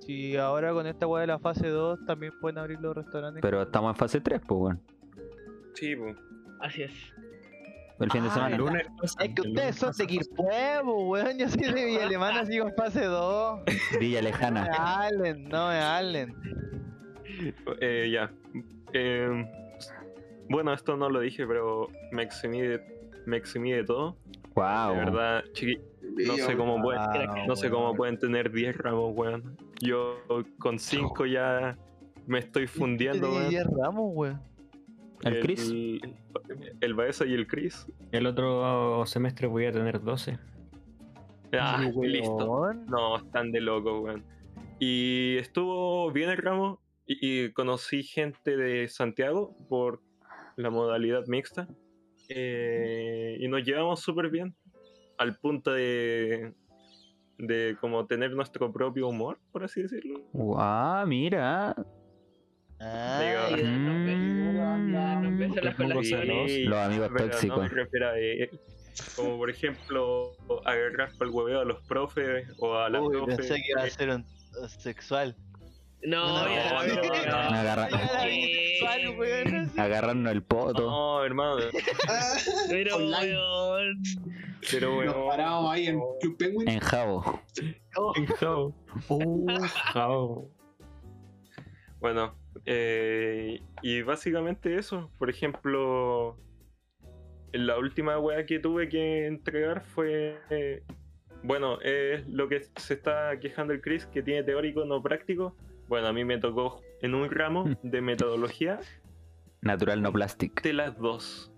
Si ahora con esta weá de la fase dos también pueden abrir los restaurantes. Pero estamos en fase tres, pues, weón. Sí, pues. Así es. El fin de Ah, semana. el lunes Es que ustedes son de Quilpuevo, weón. Yo soy de Villa Alemana, sigo en fase dos. Villa No me Lejana. hablen, no me hablen. Eh, ya. Eh, bueno, esto no lo dije, pero me eximí de, me eximí de todo. Wow. De verdad, chiqui, no sé cómo pueden, Ah, no sé cómo weón. pueden tener diez ramos, weón. Yo con cinco ya me estoy fundiendo, Yo tenía weón. diez ramos, weón. El Chris. El, el Baeza y el Chris. El otro semestre voy a tener doce. Ah, Sí, weón. listo. No, están de loco, weón. Y estuvo bien el ramo y, y conocí gente de Santiago por la modalidad mixta. Eh, y nos llevamos súper bien. Al punto de, de como tener nuestro propio humor, por así decirlo. Wow, mira. Ah, Digo, ya. Mm. Nos ves en la escuela Poco celoso. Sí, Los amigos pero tóxicos. No me refiero a él. Como por ejemplo, agarrar para el hueveo a los profes o a la Uy, profe. pensé que iba a ser un un sexual. No, No, ya, no, pero- no. Agarra- Sexual, weón. Agarrarnos el poto. No, hermano. Pero, Online. weón. Pero Nos bueno. parábamos ahí en Club Penguin. En jabo. Jao. Uh, jao. Bueno, eh, y básicamente eso. Por ejemplo, la última wea que tuve que entregar fue. eh, bueno, es lo que se está quejando el Chris, que tiene teórico, no práctico. Bueno, a mí me tocó en un ramo de metodología Natural no plastic. de las dos.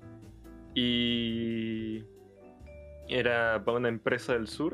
Y era para una empresa del sur.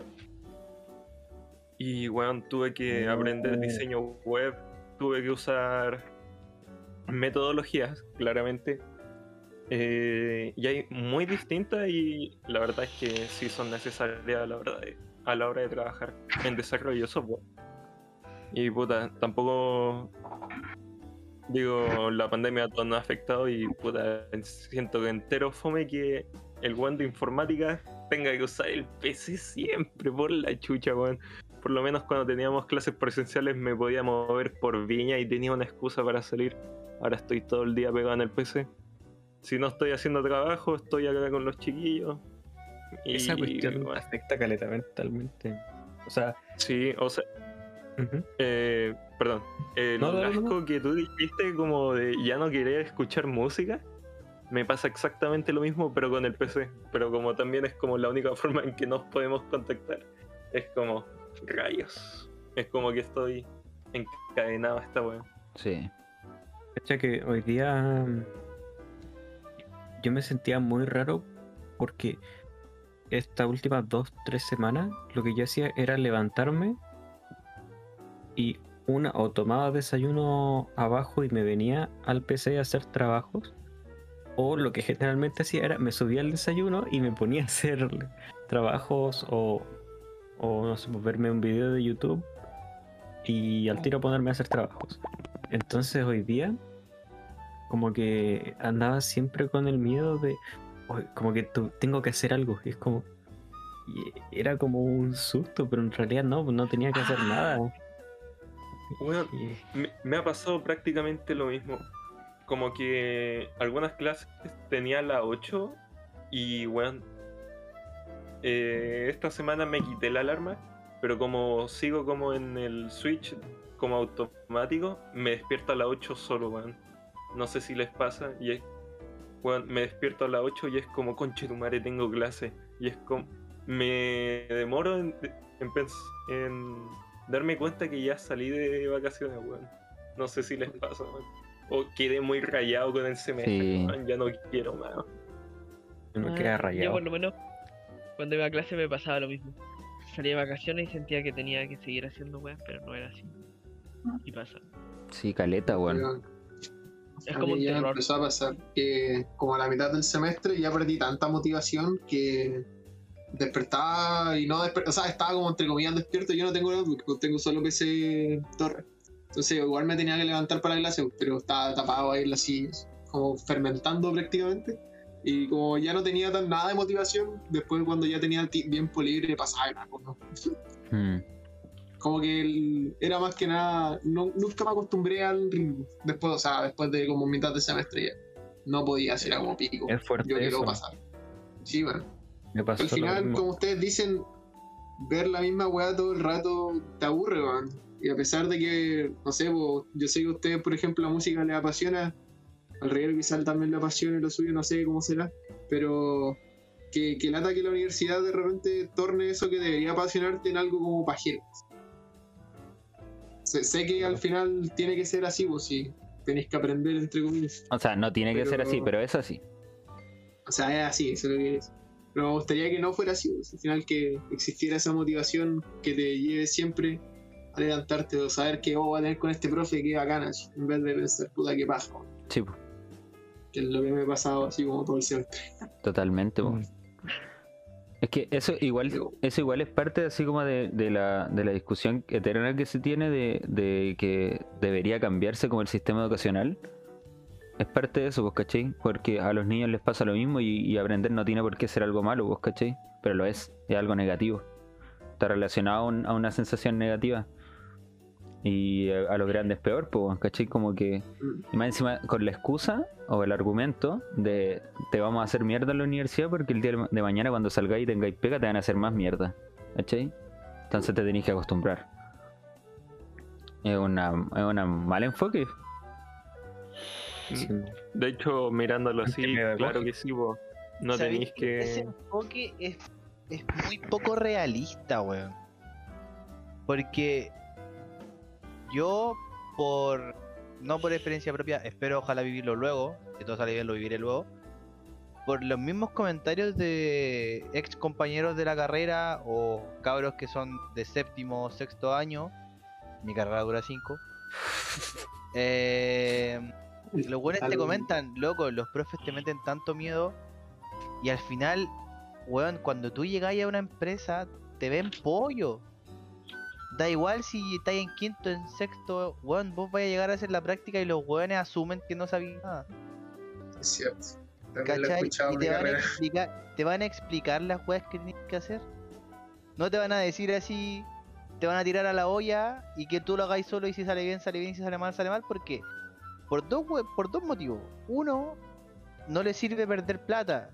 Y bueno, tuve que aprender diseño web, tuve que usar metodologías, claramente. Eh, y hay muy distintas y la verdad es que sí son necesarias a la hora de, a la hora de trabajar en desarrollo de software. Y puta, tampoco digo, la pandemia a todos nos ha afectado y puta, siento que entero fome que el weón de informática tenga que usar el P C siempre por la chucha, weón. Por lo menos cuando teníamos clases presenciales me podía mover por Viña y tenía una excusa para salir. Ahora estoy todo el día pegado en el P C. Si no estoy haciendo trabajo, estoy acá con los chiquillos. Y, Esa cuestión bueno, afecta caleta mentalmente. O sea, sí, o sea, ujú. eh, perdón, el No, no, no, asco no. que tú dijiste como de ya no querer escuchar música, me pasa exactamente lo mismo pero con el P C. Pero como también es como la única forma en que nos podemos contactar, es como rayos. Es como que estoy encadenado a esta weá. Sí. Cacha que hoy día mm, yo me sentía muy raro porque estas últimas dos, tres semanas lo que yo hacía era levantarme y una o tomaba desayuno abajo y me venía al P C a hacer trabajos, o lo que generalmente hacía era me subía al desayuno y me ponía a hacer trabajos o, o no sé, pues, verme un video de YouTube y al tiro ponerme a hacer trabajos. Entonces hoy día como que andaba siempre con el miedo de "Oye, como que tu- tengo que hacer algo", y es como y era como un susto, pero en realidad no, no tenía que hacer nada. Weón, Y- me, me ha pasado prácticamente lo mismo. Como que algunas clases tenía la ocho y bueno, eh, esta semana me quité la alarma, pero como sigo como en el switch como automático, me despierto a las ocho solo, weón. No sé si les pasa y es, weón, me despierto a las ocho y es como, conche tu madre, tengo clase. Y es como, me demoro en, en, pens- en darme cuenta que ya salí de vacaciones, weón. No sé si les pasa, weón. O quedé muy rayado con el semestre, Sí. weón, ya no quiero más. me Ah, queda Yo rayado. por lo menos cuando iba a clase me pasaba lo mismo. Salía de vacaciones y sentía que tenía que seguir haciendo weas, pero no era así. Y pasa. Sí, caleta, weón. Weón. Es A como mí un ya terror. empezó a pasar que como a la mitad del semestre ya perdí tanta motivación que despertaba y no despertaba, o sea, estaba como entre comillas despierto. Yo no tengo notebook, pues tengo solo P C torre. Entonces igual me tenía que levantar para la clase, pero estaba tapado ahí en la silla, como fermentando prácticamente. Y como ya no tenía tan nada de motivación, después cuando ya tenía el tiempo libre pasaba el rato, ¿no? Mm. Como que el- era más que nada, no, nunca me acostumbré al ritmo. Después, o sea, después de como mitad de semestre ya. No podía hacer como pico. Es fuerte Yo quiero eso. pasar. Sí, bueno. Me pasó Al lo final, mismo. como ustedes dicen, ver la misma weá todo el rato te aburre, weón. Y a pesar de que, no sé, po, yo sé que a ustedes, por ejemplo, la música les apasiona, al reguero quizás también le apasiona lo suyo, no sé cómo será, pero que, que lata que la universidad de repente torne eso que debería apasionarte en algo como pajero. Sé, sé que al final tiene que ser así, pues sí, tenéis que aprender entre comillas. O sea, no tiene que Pero- ser así, pero es así. O sea, es así, eso es lo que es. Pero me gustaría que no fuera así, pues, al final que existiera esa motivación que te lleve siempre a levantarte o saber que oh, voy a tener con este profe que bacana, así, en vez de pensar, puta, qué paja, Sí, po, que es lo que me ha pasado así como todo el semestre. totalmente. po. Mm. Es que eso igual, eso igual es parte así como de, de la, de la discusión eterna que se tiene de, de que debería cambiarse como el sistema educacional. Es parte de eso, ¿vos cachai? Porque a los niños les pasa lo mismo y, y aprender no tiene por qué ser algo malo, ¿vos cachai? Pero lo es, es algo negativo. Está relacionado a, un- a una sensación negativa. Y a, a los grandes peor, pues, ¿cachai? Como que, y más encima, con la excusa o el argumento de te vamos a hacer mierda en la universidad porque el día de mañana cuando salgáis y tengáis pega te van a hacer más mierda, ¿cachai? Entonces te tenéis que acostumbrar. Es una, es una mal enfoque. Sí. De hecho, mirándolo así, Pedagógico. claro que sí, vos. No ¿Sabéis tenéis que ese que. enfoque es, es muy poco realista, weón? Porque yo, por no por experiencia propia, espero ojalá vivirlo luego, si todo sale bien lo viviré luego, por los mismos comentarios de ex compañeros de la carrera o cabros que son de séptimo o sexto año, mi carrera dura cinco, eh, los buenos te Algo- comentan, loco, los profes te meten tanto miedo y al final, weón, cuando tú llegáis a una empresa, te ven pollo. Da igual si estáis en quinto, en sexto, weón, vos vais a llegar a hacer la práctica y los weones asumen que no sabéis nada. Es cierto. También lo he ¿Cachai? escuchado Y en mi te van, a carrera. explicar, te van a explicar las weas que tienes que hacer. No te van a decir así, te van a tirar a la olla y que tú lo hagáis solo y si sale bien, sale bien, y si sale mal, sale mal. ¿Por qué? Por dos, we- por dos motivos. Uno, no le sirve perder plata.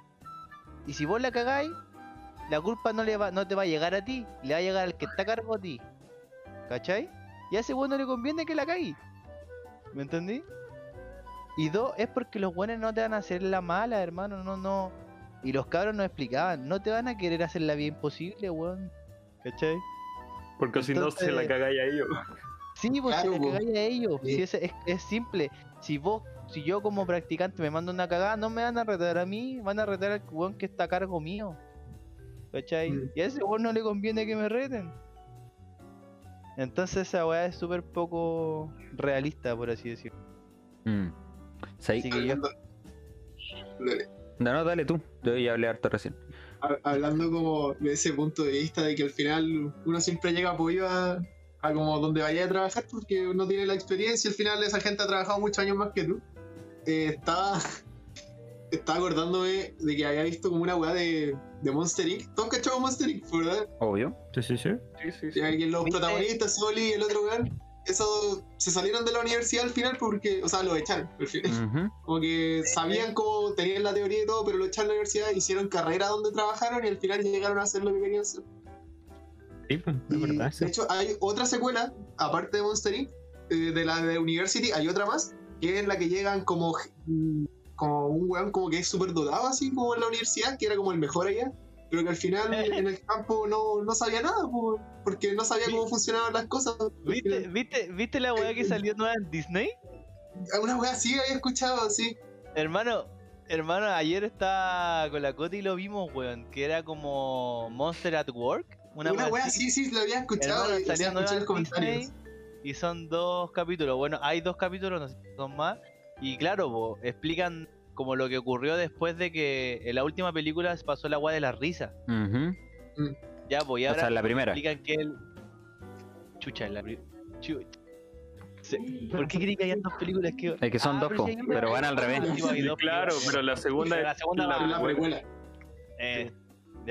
Y si vos la cagáis, la culpa no, le va, no te va a llegar a ti, le va a llegar al que está a cargo a ti. ¿Cachai? Y a ese weón no le conviene que la cagues. ¿Me entendí? Y dos, es porque los buenos no te van a hacer la mala, hermano, no, no. Y los cabros nos explicaban, no te van a querer hacer la bien posible, weón. ¿Cachai? Porque si no se la Entonces- cagáis a ellos. Sí, pues Claro, se po. la cagáis a ellos. Sí. Si es, es, es simple. Si vos, si yo como practicante me mando una cagada, no me van a retar a mí, van a retar al weón que está a cargo mío. ¿Cachai? Mm. Y a ese weón no le conviene que me reten. Entonces esa weá es súper poco realista, por así decirlo. Mm. ¿Sabes? Así que yo, Hablando, Dale. No, no, dale tú. Yo ya hablé harto recién. Ha- hablando como de ese punto de vista de que al final uno siempre llega apoyo a, a como donde vaya a trabajar porque uno tiene la experiencia, al final esa gente ha trabajado muchos años más que tú. Eh, estaba, estaba acordándome de que había visto como una weá de, de Monster incorporated. ¿Todos cachamos Monster incorporated, verdad? Obvio. Sí, sí, sí. Sí, sí, sí. Ya que los ¿Viste? protagonistas, Soli y el otro weón, eso se salieron de la universidad al final porque, o sea, lo echaron al final. Ujú. Como que sabían cómo tenían la teoría y todo, pero lo echaron a la universidad, hicieron carrera donde trabajaron y al final llegaron a hacer lo que querían hacer. Sí, pues, es Y, verdad. sí. de hecho, hay otra secuela, aparte de Monster incorporated, eh, de la de University, hay otra más, que es la que llegan como, mm, como un weón como que es súper dotado, así como en la universidad, que era como el mejor allá, pero que al final en el campo no, no sabía nada, po, porque no sabía cómo funcionaban las cosas. Al ¿viste, final, viste, ¿viste la weá que salió nueva en Disney? una weá así había escuchado, sí. Hermano, hermano, ayer estaba con la Coti y lo vimos, weón, que era como Monster at Work. Una, Una weá weá así. sí, sí, lo había escuchado. Hermano, y, o sea, salió nueva escuché en los comentarios. Disney y son dos capítulos. Bueno, hay dos capítulos, no sé si son más. Y claro, po, explican como lo que ocurrió después de que en la última película se pasó la weá de la risa. Ujú. Ya, pues, y O ahora sea, en la primera. explican que él. Chucha, en la primera. ¿Por qué creí que hay dos películas que.? Es que son Ah, dos, pero po, sí, hay- pero van al revés. Sí, hay dos Claro, películas. pero la segunda La es segunda la va- La precuela. precuela. Eh, ya.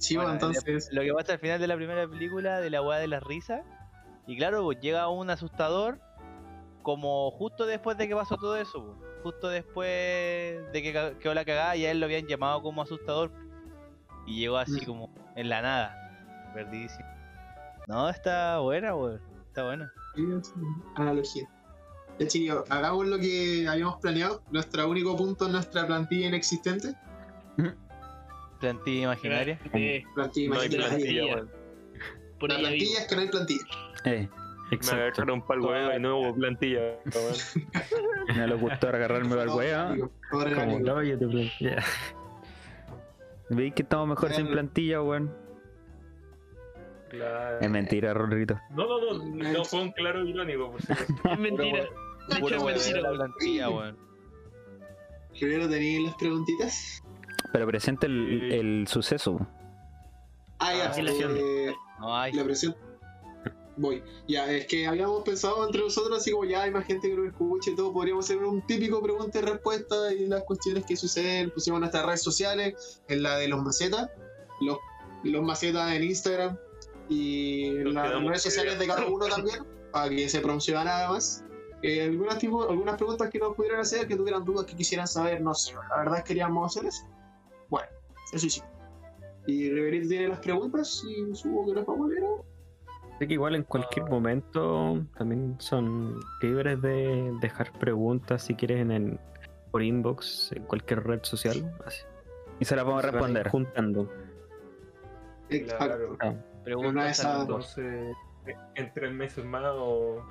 Sí, Bueno, bueno, entonces. Lo que pasa al final de la primera película, de la weá de las risas. Y claro, pues llega un asustador como justo después de que pasó todo eso, pues. Justo después de que ca- quedó la cagada, y a él lo habían llamado como asustador. Y llegó así Mm. como en la nada. Perdidísimo. No, está buena, weón. Está buena. Sí, es una analogía. Ya, chiquillos, hagamos lo que habíamos planeado. Nuestro único punto en nuestra plantilla inexistente. Plantilla imaginaria. Eh, Plantilla No hay imaginaria. plantilla, plantilla. weón. por La ahí plantilla es que no hay plantilla. Eh, Me Exacto. agarraron pa'l huevo y no hubo plantilla, weón. me lo gustó agarrarme al Todo weón. orgánico, todo Como orgánico. no, yo te pregunto. Ya. ¿Veis que estamos mejor sin Bueno. plantilla, weón? Claro. Es mentira, Rorrito. No, no, no, no fue un claro irónico, por si acaso. Es mentira. De hecho, Puro es weón de mentira. la plantilla, weón. Primero tenéis las preguntitas. Pero presente el, Sí. el suceso. Ah, ya. Ah, sí, la eh, No hay. la presión. Voy. Ya, es que habíamos pensado entre nosotros, así como ya hay más gente que lo escuche y todo, podríamos hacer un típico pregunta y respuesta y las cuestiones que suceden. Pusimos en nuestras redes sociales, en la de los macetas, los, los macetas en Instagram y en Nos las quedamos redes sociales de cada uno también, para que se promocione nada más. Eh, algunas, tipo, algunas preguntas que nos pudieran hacer, que tuvieran dudas, que quisieran saber, no sé, la verdad queríamos hacer eso. Bueno, eso sí. Y Riverito tiene las preguntas y supongo que las vamos a leer ahora. Sé que igual en cualquier momento también son libres de dejar preguntas si quieres en el, por inbox, en cualquier red social. Así. Y se las vamos a Se van a ir responder. juntando. Exacto. Ah, Una de Preguntas esas- saludos. Entonces, en tres meses más o.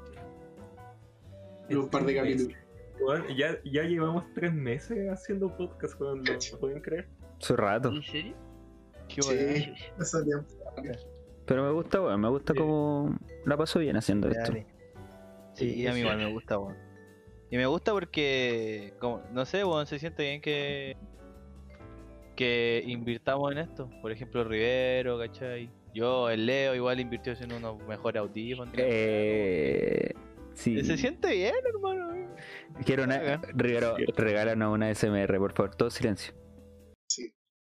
Un par de capítulos. Weón, ya, ya llevamos tres meses haciendo podcast, weón, ¿lo pueden creer? Su rato. ¿En serio? Qué Sí, weón. eso tiempo. Pero me gusta, weón. Me gusta Sí. cómo la paso bien haciendo esto. Dale. Sí, a mí igual me gusta, weón. Y me gusta porque, como, no sé, weón, se siente bien que que invirtamos en esto. Por ejemplo, Rivero, ¿cachai? Yo, el Leo, igual invirtió en unos mejores audífonos. Eh, sí. Se siente bien, hermano. Quiero una. Hagan. Rivero, regálanos una S M R, por favor. Todo silencio. Sí.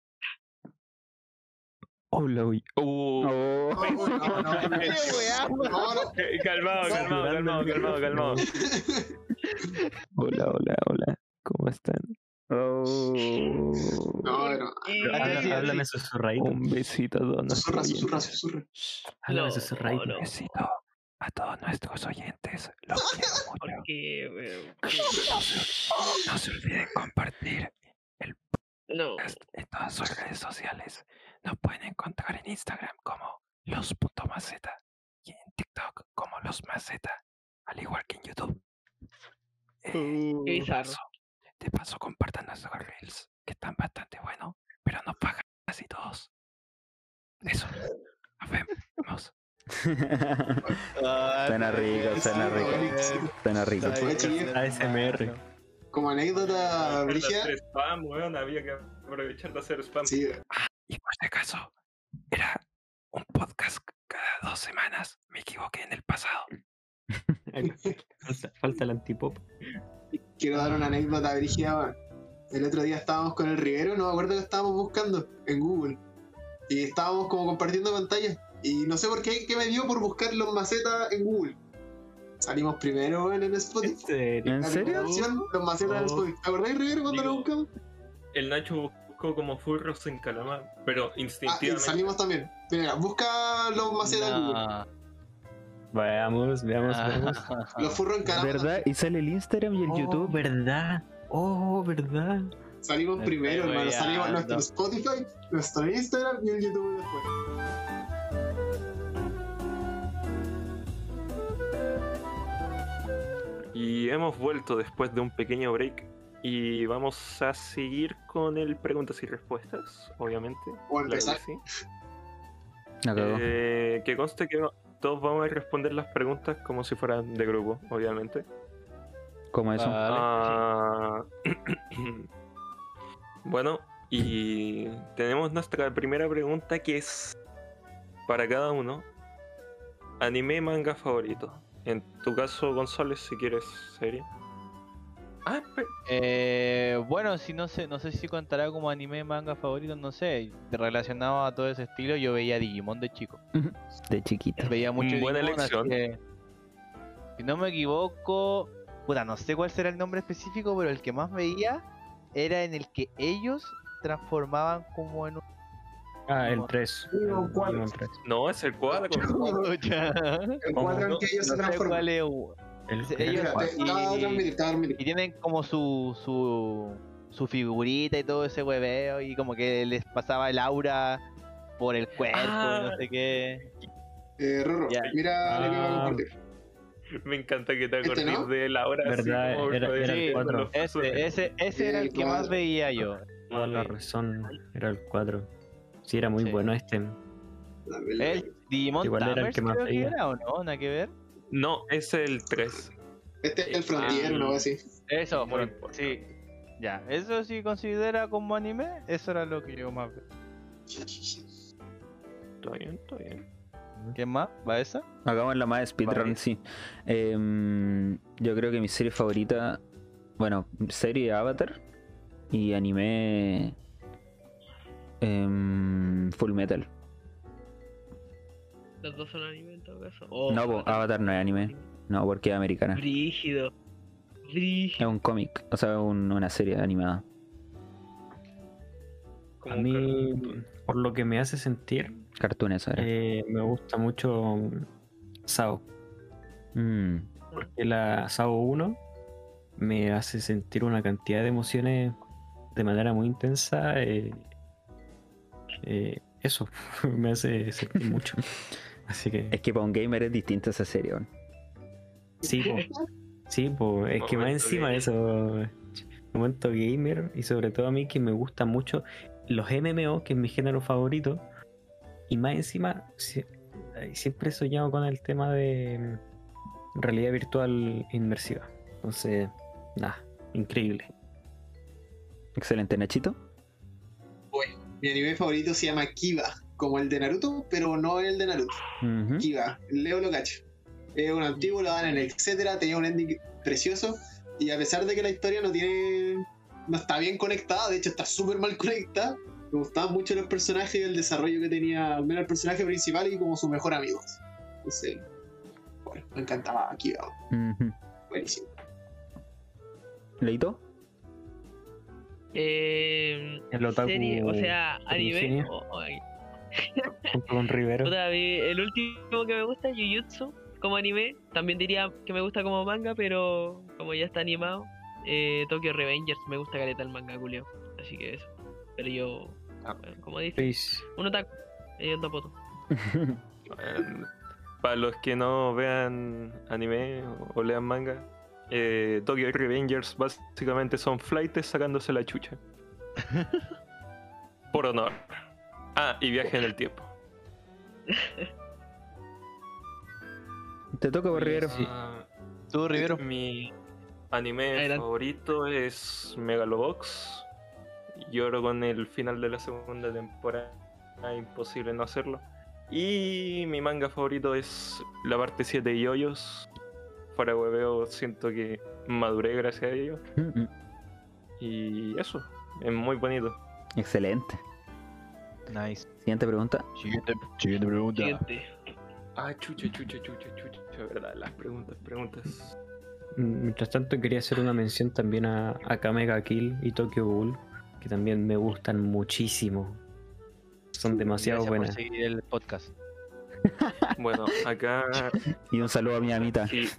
Hola, uy. Uh, Oh. No, no, no, no, no. Qué weá, weón. No, no. eh, calmado, calmado, calmado, calmado, calmado. Hola, hola, hola. ¿Cómo están? Oh. No, no. Eh, Habla- sí, Háblame sí. susurradito. Un besito a todos Susurra, nuestros susurra, oyentes. susurra. Háblame No, susurradito. no. Un besito a todos nuestros oyentes. Los quiero ¿Por mucho. qué, weón? No se, no se olviden compartir No. en todas sus redes sociales. Nos pueden encontrar en Instagram como los.maceta y en TikTok como los maceta, al igual que en YouTube. Eh, Qué de, bizarro. paso, de paso compartan nuestros reels, que están bastante buenos, pero nos pagan casi todos. Eso, nos vemos. Suena rico, suena rico, suena rico. Oye, chiquillos, A S M R. como anécdota, Hacer Brigia, spam, weón, había que aprovechar de hacer spam. sí, Y por si acaso, era un podcast cada dos semanas. Me equivoqué en el pasado. Falta, falta el antipop. quiero dar una anécdota, Brigia. Bueno, el otro día estábamos con el Rivero, no me acuerdo que estábamos buscando en Google. Y estábamos como compartiendo pantalla. Y no sé por qué, qué me dio por buscar los macetas en Google. Salimos primero, weón, en Spotify. ¿En serio? ¿En La serio? primera opción, los macetas en Oh. Spotify. ¿Te acordás, Rivero, cuando lo Digo, buscamos? El Nacho buscó como furros en calamar, pero Ah, y instintivamente. salimos también. Mira, busca los macetas en Google. No. Veamos, veamos, veamos. Los furros en calamar. ¿Verdad? Y sale el Instagram y el Oh, YouTube. ¿verdad? Oh, ¿verdad? Salimos Me primero, estoy hermano. Salimos weyando. nuestro Spotify, nuestro Instagram y el YouTube después. Y hemos vuelto después de un pequeño break. Y vamos a seguir con el preguntas y respuestas, obviamente. O Claro que empezar. sí. La cagó. Eh, que conste que no- todos vamos a responder las preguntas como si fueran de grupo, obviamente. ¿Cómo eso? Vale. Ah, bueno, y tenemos nuestra primera pregunta que es para cada uno. Anime, manga favorito. En tu caso, González, si quieres serie. Ah, pe- Eh, bueno, si no sé, no sé si contará como anime, manga favorito, no sé. Relacionado a todo ese estilo, yo veía Digimon de chico. De chiquito. Veía mucho Mm, buena Digimon, así elección. que, si no me equivoco, puta, no sé cuál será el nombre específico, pero el que más veía era en el que ellos transformaban como en un... Ah, el tres. Sí, un cuatro. El tres. no, es el cuadro. Pucha. El ¿Cómo? cuadro en que ellos No se sé transforman. cuál es. El- Ese- el ellos- Mira, te- y- te va a transmitir, te va a transmitir. Y tienen como su, su su figurita y todo ese hueveo y como que les pasaba el aura por el cuerpo y Ah. no sé qué. Eh, Rorro, Ya. mira lo que va a Ah. compartir. Me encanta que te ¿Este acordes no? de la hora. así ¿Verdad? como Era- de- era el de cuatro. los pasos. Ese, ese, ese era el El que más cuadro. veía yo. Toda la razón, era el cuatro. Sí, era muy Sí. bueno este. El Digimon Igual era el Tamers que más creo que veía. era o no, nada que ver. No, es el tres. Este es el Frontier, una cosa así. Eso, Muy pero- importante. sí. Ya, eso sí considera como anime, eso era lo que yo más veía. Está bien, está bien. ¿Quién más? ¿Va esa? Hagamos la más speedrun, Vale. sí. Em, yo creo que mi serie favorita, bueno, serie Avatar y anime em, Full Metal. Los dos son anime en todo caso. Oh, No, po, Avatar no es anime, no, porque es americana. Brígido. Es Brígido. un cómic, o sea, un- una serie animada. Como A un mí, cartoon. por lo que me hace sentir, Cartoon eso era. eh, me gusta mucho Sao. Mm, Porque la Sao uno me hace sentir una cantidad de emociones de manera muy intensa. eh, eh, eso me hace sentir mucho. Así que Es que para un gamer es distinta esa serie, weón. sí, po. Sí, po. Es que más Momento encima de gamer. eso, momento gamer, y sobre todo a mí que me gustan mucho los M M O, que es mi género favorito, y más encima si- eh, siempre he soñado con el tema de mm, realidad virtual inmersiva. Entonces, nada, increíble. Excelente, Nachito. Mi anime favorito se llama Kiba, como el de Naruto, pero no el de Naruto. Ujú. Kiba, Leo lo cacho. Es un antiguo, lo dan en el etcétera, tenía un ending precioso, y a pesar de que la historia no tiene. No está bien conectada, de hecho está súper mal conectada, me gustaban mucho los personajes y el desarrollo que tenía, al menos el personaje principal y como su mejor amigo. Entonces, bueno, me encantaba Kiba, Ujú. buenísimo. ¿Leito? Eh, El otaku serie, o sea, anime. primigenio. o- o- ay. Junto con Rivero. Puta, a mí el último que me gusta es Jujutsu como anime. También diría que me gusta como manga, pero como ya está animado. Eh, Tokyo Revengers, me gusta caleta el manga, Julio. Así que eso. Pero yo, bueno, como dice, Pues, un otaku. Eh, un tapoto. Eh, Para los que no vean anime o, o lean manga, eh, Tokyo Revengers básicamente son flightes sacándose la chucha. Por honor. Ah, y viaje en el tiempo. Te toca, por Rivero. Sí. Ah, ¿Tú, Rivero? Mi anime Adelante. favorito es Megalobox. Lloro con el final de la segunda temporada. Imposible no hacerlo. Y mi manga favorito es la parte siete de Yoyos. Fuera de hueveo, siento que maduré gracias a ello. Mm, mm. Y eso, es muy bonito. Excelente. Nice. Siguiente pregunta. Siguiente, siguiente pregunta. Siguiente. Ah, chucha, chucha, chucha, chucha, verdad, las preguntas, preguntas. mientras tanto quería hacer una mención también a, a Kamega Kill y Tokyo Ghoul, que también me gustan muchísimo. Son demasiado Gracias por buenas. seguir el podcast. Bueno, acá Y un saludo a mi amita. sí,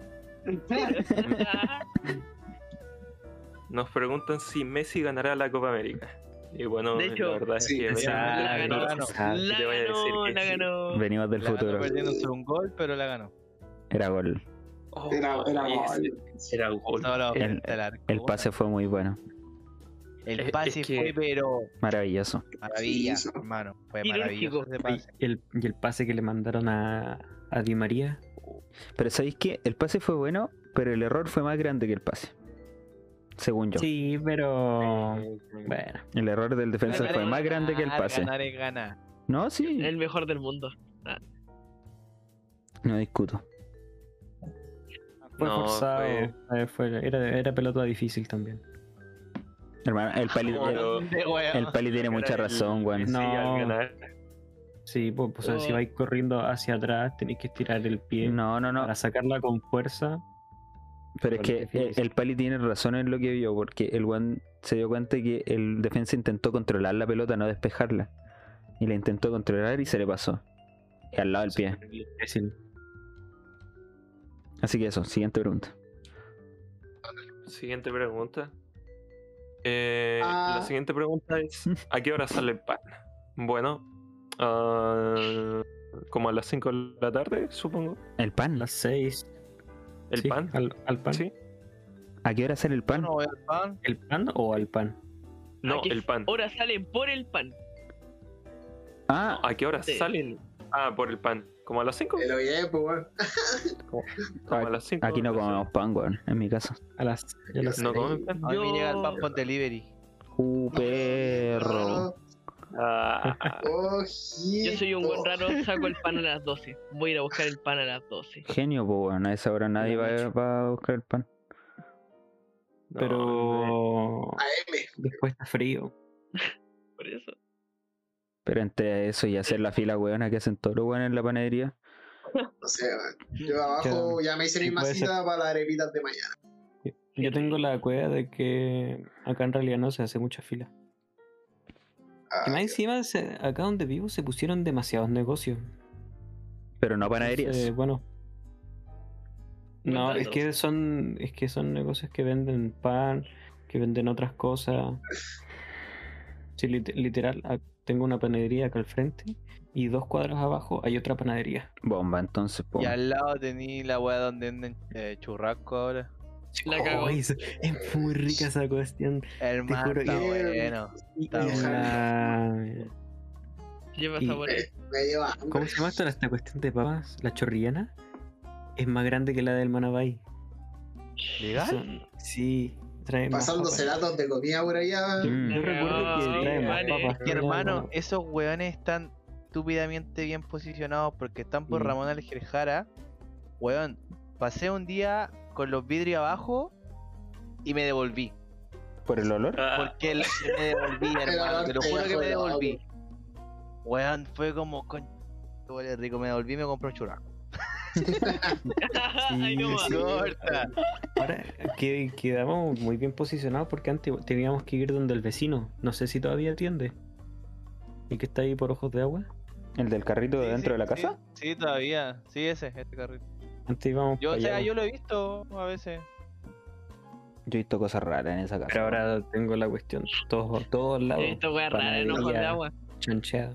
nos preguntan si Messi ganará la Copa América. Y bueno, De hecho, la verdad es sí, que esa- veamos la el ganó. futuro. Ah, La te voy a decir ganó, que la sí. ganó. Venimos del La ganó futuro. perdiéndose un gol, pero la ganó. Era gol. Oh, Era, era ese- era gol. No, no, El- el, arco, El pase fue muy bueno. El es- pase es que- fue, pero Maravilloso. maravilla, Sí, eso. hermano. Fue Quirúrgico. maravilloso ese Y pase. el, y el pase que le mandaron a, a Di María. Pero ¿sabéis qué? El pase fue bueno, pero el error fue más grande que el pase. Según yo. Sí, pero bueno. El error del defensor Ganar fue es más grande que el ganar, pase. Ganar es ganar. No, sí. El mejor del mundo. No discuto. Fue No, forzado. fue- eh, fue- era, era pelota difícil también. Hermano, el Pali, Pero- el, De weón. el Pali tiene mucha Era el razón, weón. Messi al No. ganar. Sí, pues, o sea, si Oh. vais corriendo hacia atrás, tenéis que estirar el pie No, no, no. para sacarla con fuerza. Pero es Igual que que el, difícil. el Pali tiene razón en lo que vio, porque el one se dio cuenta que el defensa intentó controlar la pelota, no despejarla. Y la intentó controlar y se le pasó. Y al lado del pie. Difícil. Así que eso, siguiente pregunta. Siguiente pregunta. Eh, Ah. La siguiente pregunta es: ¿a qué hora sale el pan? Bueno, ah, como a las cinco de la tarde, supongo. ¿El pan? Las seis. ¿El Sí, pan? Al, al pan. Sí. ¿A qué hora sale el pan? No voy al pan. ¿El pan o al pan? No, ¿A qué el pan. hora salen por el pan? Ah, ¿A qué hora Sí. salen? Ah, por el pan. ¿Como a las cinco? Pero bien, pues, weón. Como a las cinco. aquí no comemos pan, weón, en mi casa. A las, a las ¿No seis. comen pan? A mí me Yo- llega el pan por delivery. Uh, perro. Ah, Ojito. Yo soy un buen raro, saco el pan a las doce. Voy a ir a buscar el pan a las doce. Genio, pues, weón. A esa hora nadie va, a- va a buscar el pan. no, Pero A M. después está frío. Por eso. Pero entre eso y hacer la fila, weón, que hacen todos los weones en la panadería. No sé, weón. Yo abajo ya me hice mi sí, puede masita para las arepitas de mañana. Yo tengo la cueva de que acá en realidad no se hace mucha fila. Ah, Y más encima, se- acá donde vivo se pusieron demasiados negocios. Pero no panaderías. Entonces, bueno. No, Buen es dato. que son es que son negocios que venden pan, que venden otras cosas. Sí, lit- literal, ac- tengo una panadería acá al frente y dos cuadras abajo hay otra panadería. Bomba, entonces, po. Y al lado tení la weá donde venden eh, churrasco ahora. La cagó. Oh, es, es muy rica esa cuestión. Hermano, juro está que- bueno. Y Está la- Lleva Y- sabor. Me lleva hambre. ¿Cómo se llama esta, esta cuestión de papas? La chorrillana. Es más grande que la del Manabay. ¿Legal? Son- sí, trae más Pasándose papas. datos de comida por allá. Mm. Yo recuerdo que Sí, trae más vale. papas. Y que la del hermano, Manabay. esos weones están estúpidamente bien posicionados porque están por Mm. Ramón Algerjara. Weón, pasé un día con los vidrios abajo y me devolví. ¿Por el olor? ah, Porque el- me devolví, hermano. Te lo juro que me devolví. Weón, fue como, coño, qué huele rico. Me devolví y me compré un churrasco. Ahí nomás. sí. Corta. Ahora que, quedamos muy bien posicionados porque antes teníamos que ir donde el vecino. No sé si todavía atiende. ¿Y que está ahí por ojos de agua? ¿El del carrito de Sí, dentro sí, de la sí, casa? Sí, todavía. Sí, ese, este carrito. Antes íbamos Yo, pa' o sea, allá, yo lo he visto a veces. Yo he visto cosas raras en esa casa. pero ahora tengo la cuestión. Todos, todos lados. He visto weas raras en ojos de Panadería, agua. Chancheada.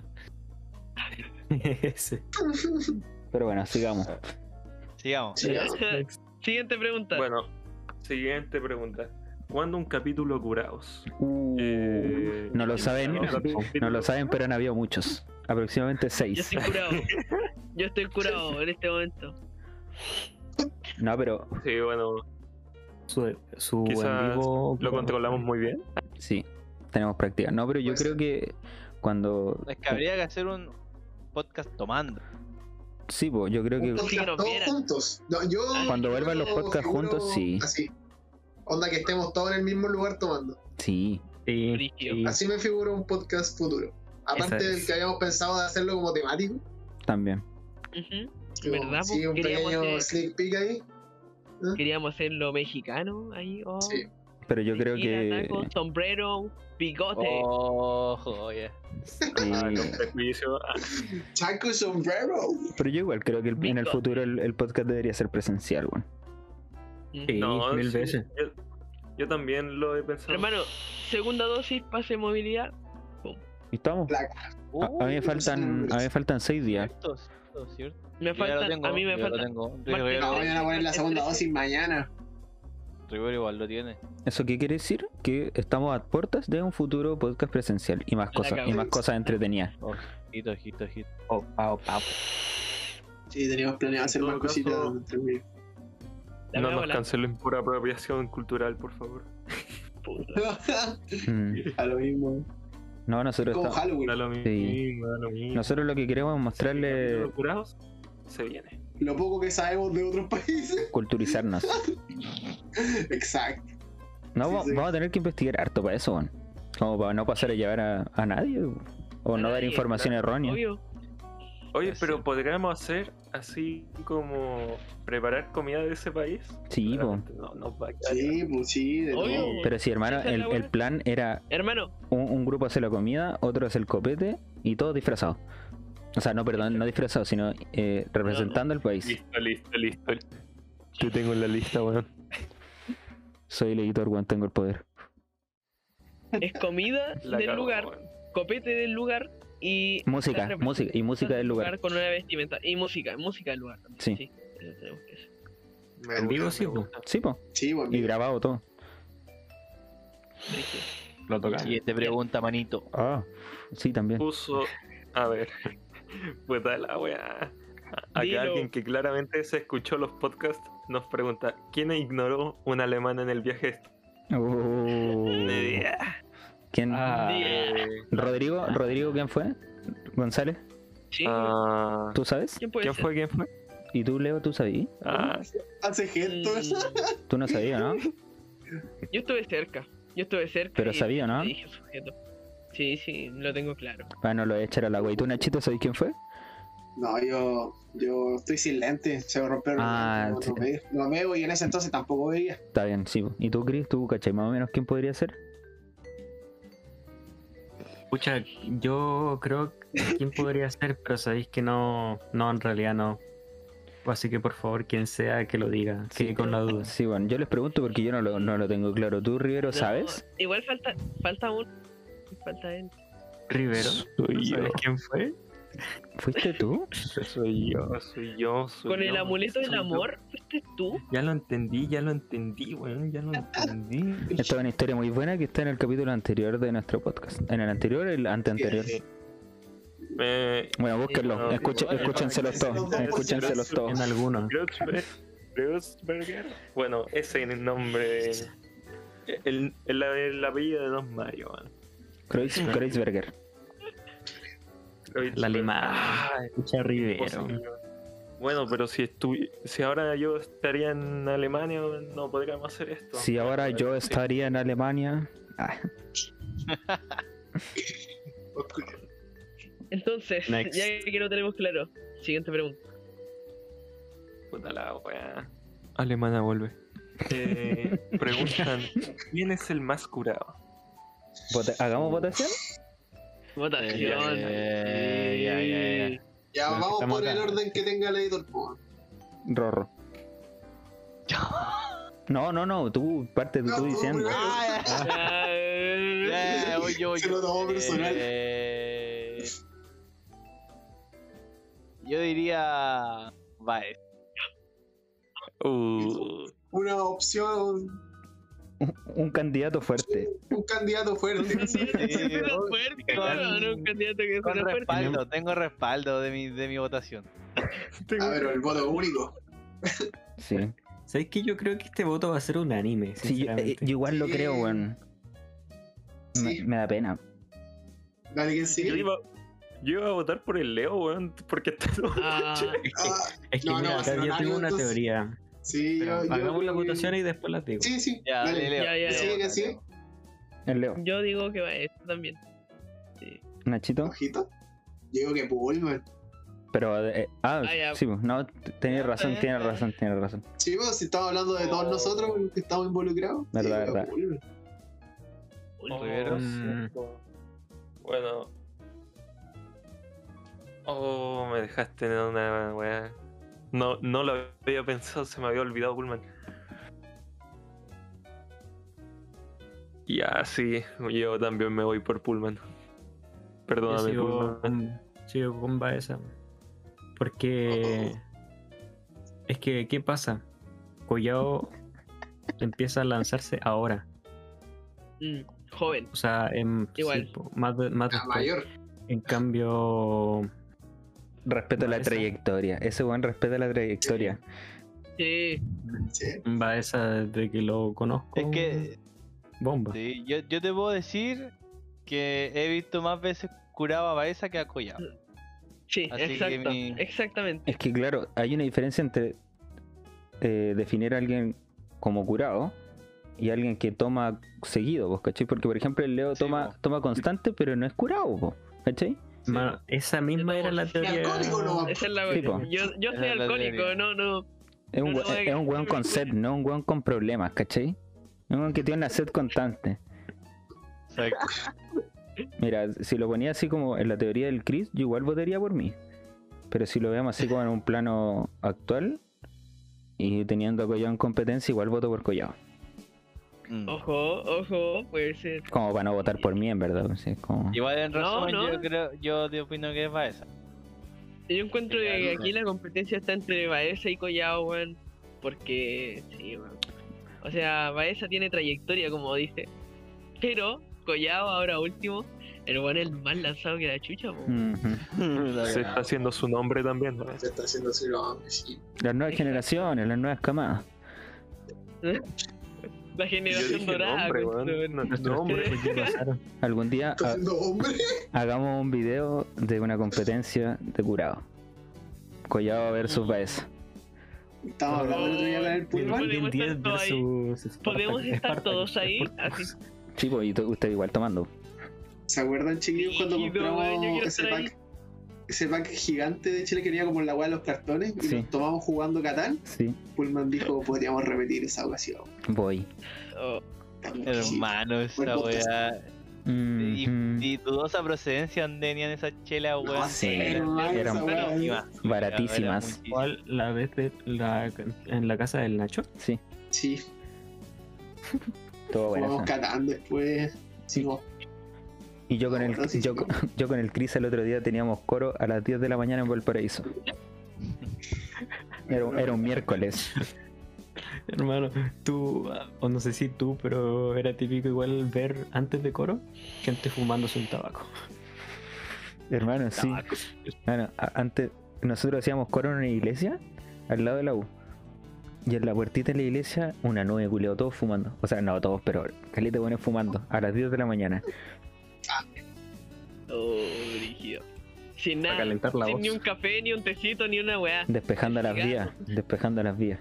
Ese. Pero bueno, sigamos. Sigamos. Sí, Siguiente pregunta. bueno, siguiente pregunta. ¿Cuándo un capítulo curados? Uh, Eh, no lo saben, ¿cuándo un no capítulo? lo saben, pero han habido muchos. Aproximadamente Yo seis. estoy curado. Yo estoy curado en este momento. No, pero Sí, bueno, Su, su en quizás vivo. lo controlamos muy bien. sí, tenemos práctica. No, pero yo Pues- creo que cuando. Es que habría que hacer un podcast tomando. Sí, pues, yo creo Un que. Sí, que podcast nos todos vieran. juntos. No, yo, Cuando yo vuelvan los lo podcasts figuro juntos, sí. Así. Onda que estemos todos en el mismo lugar tomando. Sí, Sí, Brígido. sí. Así me figuro un podcast futuro. Aparte Esa del es. que habíamos pensado de hacerlo como temático. también. Ujú. Como, ¿Verdad? sí, po? un Queríamos pequeño hacer- sneak peek ahí. Queríamos hacerlo mexicano ahí. Oh. Sí. Pero yo creo Tequila, que. taco, sombrero, bigote. Oh, oye. sí, Ah, los prejuicios. Ah, Chaco sombrero. pero yo igual creo que el- en el Bigote. futuro el, el podcast debería ser presencial, weón. Ujú. Sí, no, mil sí, veces. Yo, yo también lo he pensado. Hermano, segunda dosis, pase de movilidad. ¿Y estamos? Placa. A, a mí me faltan, a mí me faltan seis días. Cierto, cierto, cierto. Me Yo ya lo falta, tengo, a mí me yo ya falta. lo tengo. Martín, Rigor, No, van a poner la segunda dosis mañana. Rigor igual lo tiene. ¿Eso qué quiere decir? Que estamos a puertas de un futuro podcast presencial y más La cosas, y cagó. más cosas entretenidas. Ojito, ojito, ojito. Oh, pao, pao. Sí, teníamos planeado hacer En más todo cositas. caso- entre medio. La No wea nos bola. cancelen por apropiación cultural, por favor. Mm. A lo mismo. No, nosotros Como estamos, Halloween. Da lo mismo, Sí. da lo mismo. nosotros lo que queremos es mostrarle, Capítulo curados, se viene. lo poco que sabemos de otros países. Culturizarnos. Exacto. No, Sí, va- sí. vamos a tener que investigar harto para eso, weón. Como para no pasar a llevar a, a nadie. O A no dar nadie, información errónea. Obvio. Oye, Sí. pero podríamos hacer así como preparar comida de ese país. Sí, po. Claramente No, nos va a quedar. Sí, pues sí, de Obvio. todo. Pero sí, hermano, Esa es el, la el weá. plan era Hermano, un, un grupo hace la comida, otro hace el copete y todos disfrazados. O sea, no, perdón, no disfrazados, sino eh, representando al país. Listo, listo, listo. Yo tengo en la lista, weón. Soy el editor, weón, tengo el poder. es comida La del cagó, lugar, weón. copete del lugar y. Música, la música, y música del lugar. Con una vestimenta. Y música, música del lugar también. Sí. eso tenemos que hacer. Me En vivo gusta, sí, me po. gusta. Sí, po. Sí, pues, Y grabado todo. Brígido. Lo tocamos. Siguiente pregunta, manito. Ah, sí, también. Puso. A ver. Puta la weá. Acá Dilo. alguien que claramente se escuchó los podcasts nos pregunta: ¿quién ignoró un alemán en el viaje? Oh. ¿Quién? Ah, Eh, Rodrigo, Rodrigo, ¿quién fue? González, Sí. ah, ¿tú sabes? ¿Quién puede ¿Quién ser? fue? ¿Quién fue? ¿Y tú, Leo, tú sabías? Ah, hace gestos. Mm, Tú no sabías, ¿no? yo estuve cerca. Yo estuve cerca. Pero y sabía, ¿no? le dije sujeto. Sí, sí, lo tengo claro. Ah, no lo voy a echar al agua. ¿Y tú, Nachito, sabes quién fue? No, yo, yo estoy sin lente, se me rompieron Ah, los sí. lentes, no, no veo y en ese entonces tampoco veía. Está bien, sí. po. ¿Y tú, Chris, tú, cachai más o menos quién podría ser? Pucha, yo creo que quién podría ser, pero sabéis que no, no, en realidad no. Así que por favor, quien sea que lo diga, que con la duda. Sí, bueno, yo les pregunto porque yo no lo, no lo tengo claro. ¿Tú, Rivero, No, sabes? Igual falta, falta un. Falta él. Rivero, soy yo. ¿sabes quién fue? ¿Fuiste tú? Soy yo, soy yo. Soy Con el yo, amuleto del soy yo. amor, ¿fuiste tú? Ya lo entendí, ya lo entendí, weón, ya lo entendí. Esta es una historia muy buena que está en el capítulo anterior de nuestro podcast. En el anterior, el anteanterior. Sí. Me- Bueno, búsquenlo. bueno, Escuchen, igual, escúchenselos no, todos. no, no, Escúchenselos En todos. algunos. Kreuzberg- Kreuzberger. Bueno, ese es el nombre. El, el, el apellido de Don Mario, man. Kreuz- Kreuzberger. La alemán. Ah, Escucha Rivero. imposible. Bueno, pero si estu- si ahora yo estaría en Alemania, no podríamos hacer esto. Si ahora yo estaría en Alemania. Ah, Entonces, Next. ya que lo tenemos claro, siguiente pregunta. Puta la wea. Alemana vuelve. Eh, preguntan: ¿quién es el más curado? vota- ¿Hagamos votación? Votación. Eh, ya, ya, ya. Ya, Bueno, vamos estamos por el acá. orden que tenga el editor. po. Rorro. No, no, no. Tú, parte de No, tú tú diciendo. primero. Ah, ya. Ya, Ya, voy yo, voy Se yo. lo tomó personal. Eh, Yo diría. Baez. Uh, Una opción, Un, un candidato fuerte. un candidato fuerte. Un candidato que suena fuerte, con- weón, un candidato que Con suena fuerte. respaldo, tengo respaldo de mi, de mi votación. A ver, el voto único. Sí. ¿Sabes que yo creo que este voto va a ser unánime? Sí, yo, eh, Sinceramente. yo igual lo Sí. creo, weón. Me, Sí. me da pena. Dale, ¿quién yo, sigue? iba, yo iba a votar por el Leo, weón, porque está todo. Ah, Ah, Es que no, no, mira, va a ser acá yo tengo unánime, una entonces. teoría. sí, Pero yo, yo hagamos creo las que- votaciones y después las digo. Sí, sí. Ya, dale. dale, Leo. Ya, ya, ¿Quién ya. sigue? ¿Quién sigue? El Leo. yo digo que va esto también. Sí. Nachito. Ojito. Yo digo que Pullman. Pero, eh, ah, Ah, ya. sí, pues, no, t- tenés razón, está tienes bien. razón, tienes razón. Sí, pues si estamos hablando de todos Oh. nosotros los que estamos involucrados. Verdad, sí, yo digo verdad. Pullman. Oh, Rivero. Mm. Bueno. Oh, me dejaste en una weá. No, no lo había pensado, se me había olvidado Pullman. Ya, sí, yo también me voy por Pullman. Yo Perdóname, sigo Pullman. con, sigo con Baeza. Porque es que, ¿qué pasa? Collao empieza a lanzarse ahora. Mm, joven. O sea, en, Igual. sí, po, más, de- más Ah, después. mayor. En cambio, Respeto la Baeza. trayectoria. Ese buen respeta la trayectoria. Sí. Sí. Baeza desde que lo conozco. Es que, Bomba. sí, yo, yo te puedo decir que he visto más veces curado a Baeza que a Collao. Sí, Así que exacto, mi- exactamente. Es que claro, hay una diferencia entre eh, definir a alguien como curado y alguien que toma seguido, ¿vos cachai? Porque por ejemplo el Leo Sí, toma, po. toma constante, pero no es curado, ¿vos cachai? Sí, Mano, esa misma era la ¿Y teoría. alcohólico no? Esa es la Sí, po. Yo, yo soy Esa es la alcohólico, teoría. no, no. Es un, No, we- no, es un weón con sed, no un weón con problemas, ¿cachai? Es un weón que tiene una sed constante. Exacto. Mira, si lo ponía así como en la teoría del Chris, yo igual votaría por mí. Pero si lo veamos así como en un plano actual y teniendo a Collado en competencia, igual voto por Collado. Mm. Ojo, ojo, puede ser. Como para no votar por mí, en verdad. Así es como... Igual en No, resumen no. yo creo, yo te opino que es Baeza. Yo encuentro Sí, que algo. aquí la competencia está entre Baeza y Collao, weón. Porque, sí, weón. O sea, Baeza tiene trayectoria, como dice. Pero, Collao, ahora último, el weón es el más lanzado que la chucha, po. Ujú. Se está haciendo su nombre también, ¿no? Se está haciendo así, no, sí. Las nuevas generaciones, las nuevas camadas. La Yo generación dije dorada, nombre, weón. weón. No, nombre. ¿Qué pasaron? Algún día Está ha- haciendo hombre. hagamos un video de una competencia de curado. Collado versus Baeza. Estamos hablando el otro día con el Pullman. Podemos Ben estar diez todos ahí. versus Spartak- Podemos estar Spartak- todos ahí, Spartak. así. Sí, pues, y to- usted igual tomando. ¿Se acuerdan, chiquillos, cuando Líquido, weón, yo compramos quiero ese estar ahí. pack? Ese pack gigante de Chile que venía como en la weá de los cartones y Sí. nos tomamos jugando Catán. Sí, Pullman dijo podríamos repetir esa ocasión. voy. Oh, Hermano, esa Buen podcast. weá. Y, Ujú. y dudosa procedencia donde venían esas chelas, No weón. sé, Sí, hermano, eran esa weá. Buenísimas. Baratísimas. Eran muchísimas. ¿Cuál? La vez de la, en la casa del Nacho. Sí, Sí, todo bueno. jugamos Catán después. Sí, no. Y yo con el No, sí, yo, sí. yo con el Chris el otro día teníamos coro a las diez de la mañana en Valparaíso. Era, un- era un miércoles. Hermano, tú, ah, o no sé si tú, pero era típico igual ver antes de coro gente fumándose un tabaco. Hermano, sí. Bueno, a- antes nosotros hacíamos coro en una iglesia al lado de la U. Y en la puertita de la iglesia, una nube culeo, todos fumando. O sea, no todos, pero caleta buenos fumando a las diez de la mañana. oh, brígido. Sin Para nada. calentar la Sin voz. ni un café, ni un tecito, ni una weá. Despejando las Cigarro. vías. Despejando las vías.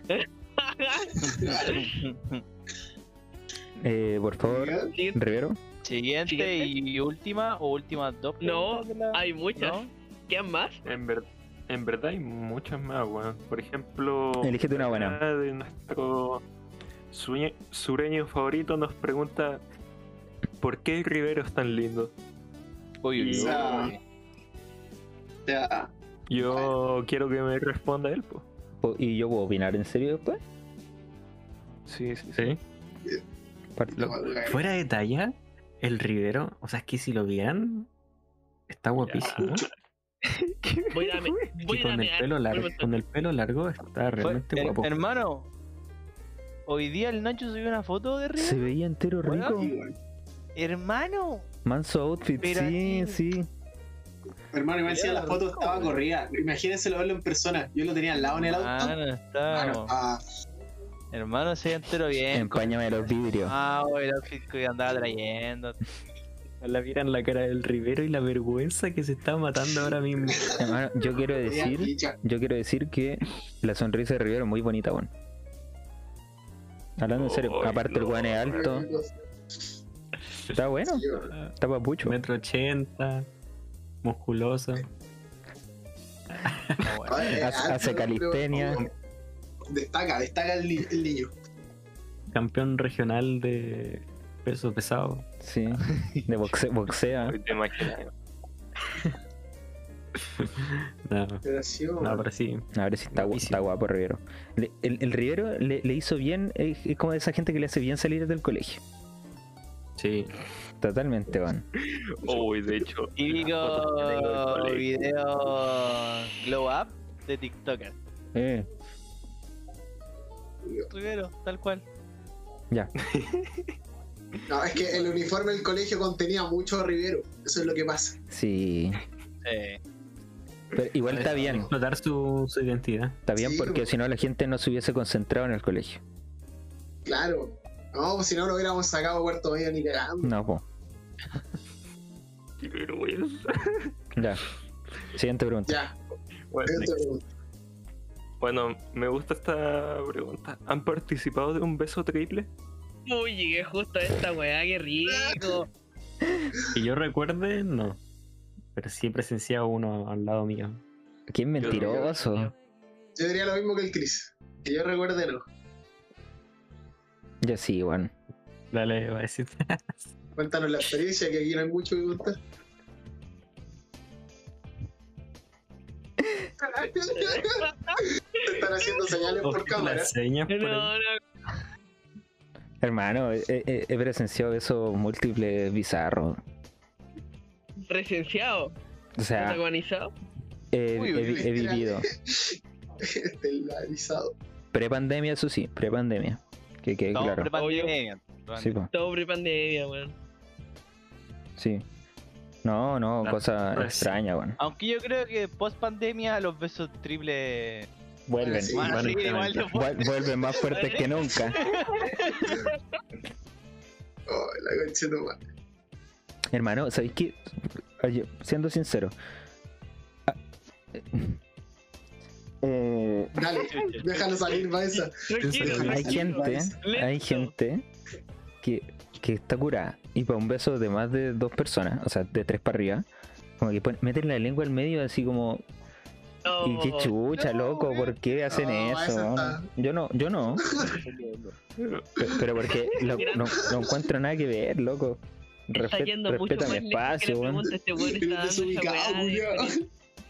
Eh, por favor, Siguiente. Rivero. Siguiente Siguiente. y última o últimas dos. No, preguntas de la- hay muchas. ¿No? ¿Quedan más? En, ver- en verdad hay muchas más, weón. Por ejemplo, Elígete una buena. acá de nuestro sueño- sureño favorito nos pregunta ¿por qué Rivero es tan lindo? Uy, uy, Y- uy. O sea, o sea, Yo quiero que me responda él, pues. Po- ¿Y yo puedo opinar en serio después? Sí, sí, sí. Sí. Par- Lo- fuera de talla, el Rivero, o sea, es que si lo vieran, está guapísimo. Voy a, me- voy Y a con el mear, pelo largo, vuelvo a con el pelo largo está Fue- realmente her- guapo. hermano, hoy día el Nacho subió una foto de Se River. veía entero rico. Bueno. Hermano, Manso outfit, Pero sí, así- sí. hermano, y me decía la foto estaba corrida. Imagínense lo verlo en persona. Yo lo tenía al lado en el auto. hermano, está. Hermano, ah, Hermano, se veía entero bien. Empáñame los vidrios. Ah, el outfit que andaba trayendo. La vieran la cara del Rivero y la vergüenza que se está matando ahora mismo. Hermano, yo quiero tenía decir, ficha. yo quiero decir que la sonrisa de Rivero es muy bonita, weón. Hablando en serio, Ay, aparte el no. weón es alto, está bueno, Sí, bueno. está papucho. Metro ochenta, musculoso. Ah, bueno. Ay, Hace- alto, hace pero- calistenia. Destaca, destaca el, ni- el niño. Campeón regional de peso pesado. Sí, de boxe- boxea. Hoy te imaginas. No, Pero sí, no, bueno. pero sí. A ver si está, gu- Guapísimo. está guapo Rivero. Le- el, el Rivero le, le hizo bien, es, es como de esa gente que le hace bien salir del colegio. Sí. Totalmente, weón. Uy, de hecho. Típico las fotos que tengo del colegio. video glow up de TikToker. Eh, Rivero, tal cual. ya. No, es que el uniforme del colegio contenía mucho a Rivero. Eso es lo que pasa. Sí. Sí. Pero igual está bien. Explotar su, su identidad. Está bien Sí, porque pues. si no la gente no se hubiese concentrado en el colegio. Claro. No, pues si no lo hubiéramos sacado a cuarto medio ni cagando. No, po. Qué vergüenza. Ya. Siguiente pregunta. Ya, Bueno, siguiente pregunta. bueno, me gusta esta pregunta. ¿Han participado de un beso triple? Uy, llegué justo a esta weá, qué rico. Que yo recuerde, no. Pero sí he presenciado uno al lado mío. Qué mentiroso. Yo diría lo mismo que el Chris. Que yo recuerde, no. Yo sí, weón. Dale, va a decir. Cuéntanos la experiencia, que aquí no hay mucho que contar. Te están haciendo señales por cámara. Las señas por No, ahí. no. Hermano, he, he- he presenciado eso múltiples bizarros. Presenciado. O sea, Protagonizado. he, Uy, he- uy, he mira. vivido. Estelarizado. Pre-pandemia, eso sí, pre-pandemia. Que quede No, claro. pre-pandemia. Sí, po, Todo pre-pandemia, weón. sí. No, no, La- cosa pues, extraña, weón. Aunque yo creo que post pandemia los besos triples Vuelven. Sí, van a van a seguir igual de incrementar. fuertes. Vuel- vuelven más fuertes que nunca. Oh, la concha de tu madre. Hermano, ¿sabéis qué? Oye, siendo sincero. ah, eh, Dale, déjalo salir, va esa. Tranquilo, hay tranquilo. gente, hay Lento. gente que, que está curada y para un beso de más de dos personas, o sea, de tres para arriba, como que pon- meten la lengua al medio así como, y qué Oh, chucha, No, loco, ¿por qué hacen no, eso? eso está- Yo no, yo no, Pe- pero porque lo- no, no encuentro nada que ver, loco. está Respe- yendo mucho respeta más mi lejos que la espacio, weón. pregunta. Este weón Pero está dando esa desubicado, weá de culiao. experiencia.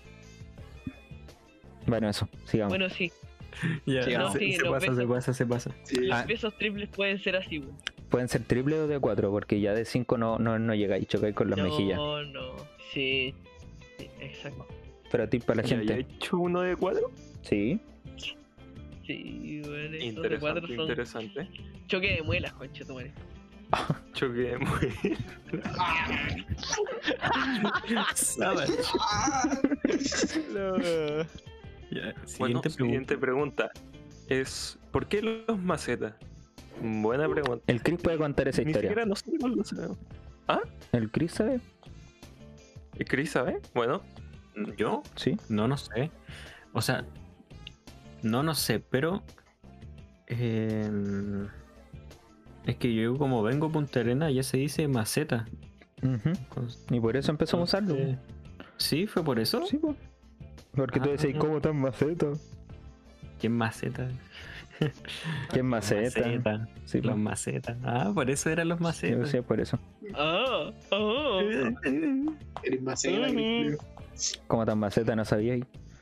Bueno, eso, sigamos. Bueno, sí. Ya, Sí, no, se, sí, se los pasa, se besos. pasa, se pasa. Sí. Los Ah. besos triples pueden ser así, weón. Pueden ser triple o de cuatro, porque ya de cinco no, no, no llegáis, chocáis con las no, mejillas. no. Sí. Sí, exacto. Pero a ti, para la ¿Ya, ya he gente, hecho uno de cuatro? sí. Sí, weón. Esos de Interesante, cuatro son interesante. choque de muelas, concha tu madre. Choque muy. Savage. Ah, Ya, Bueno, siguiente pregunta. siguiente pregunta. Es ¿por qué los macetas? Buena pregunta. El Chris puede contar esa Ni historia. siquiera nosotros lo sabemos. ¿El Chris sabe? ¿Y Chris sabe? Bueno, ¿Yo? Sí. No, no sé. O sea, no, no sé, pero. eh, es que yo, como vengo a Punta Arenas, ya se dice maceta. Ujú. Entonces, Y por eso empezamos a usarlo. eh, ¿Sí? ¿Fue por eso? Sí, pues. Porque tú Ah. decís, ¿cómo tan maceta? ¿Quién maceta? ¿Quién maceta? Maceta. Sí, Los pues. macetas. Ah, por eso eran los Yo macetas. decía por eso. Ah, ah. eres más cegada, Chris. ¿Cómo tan maceta no sabíais?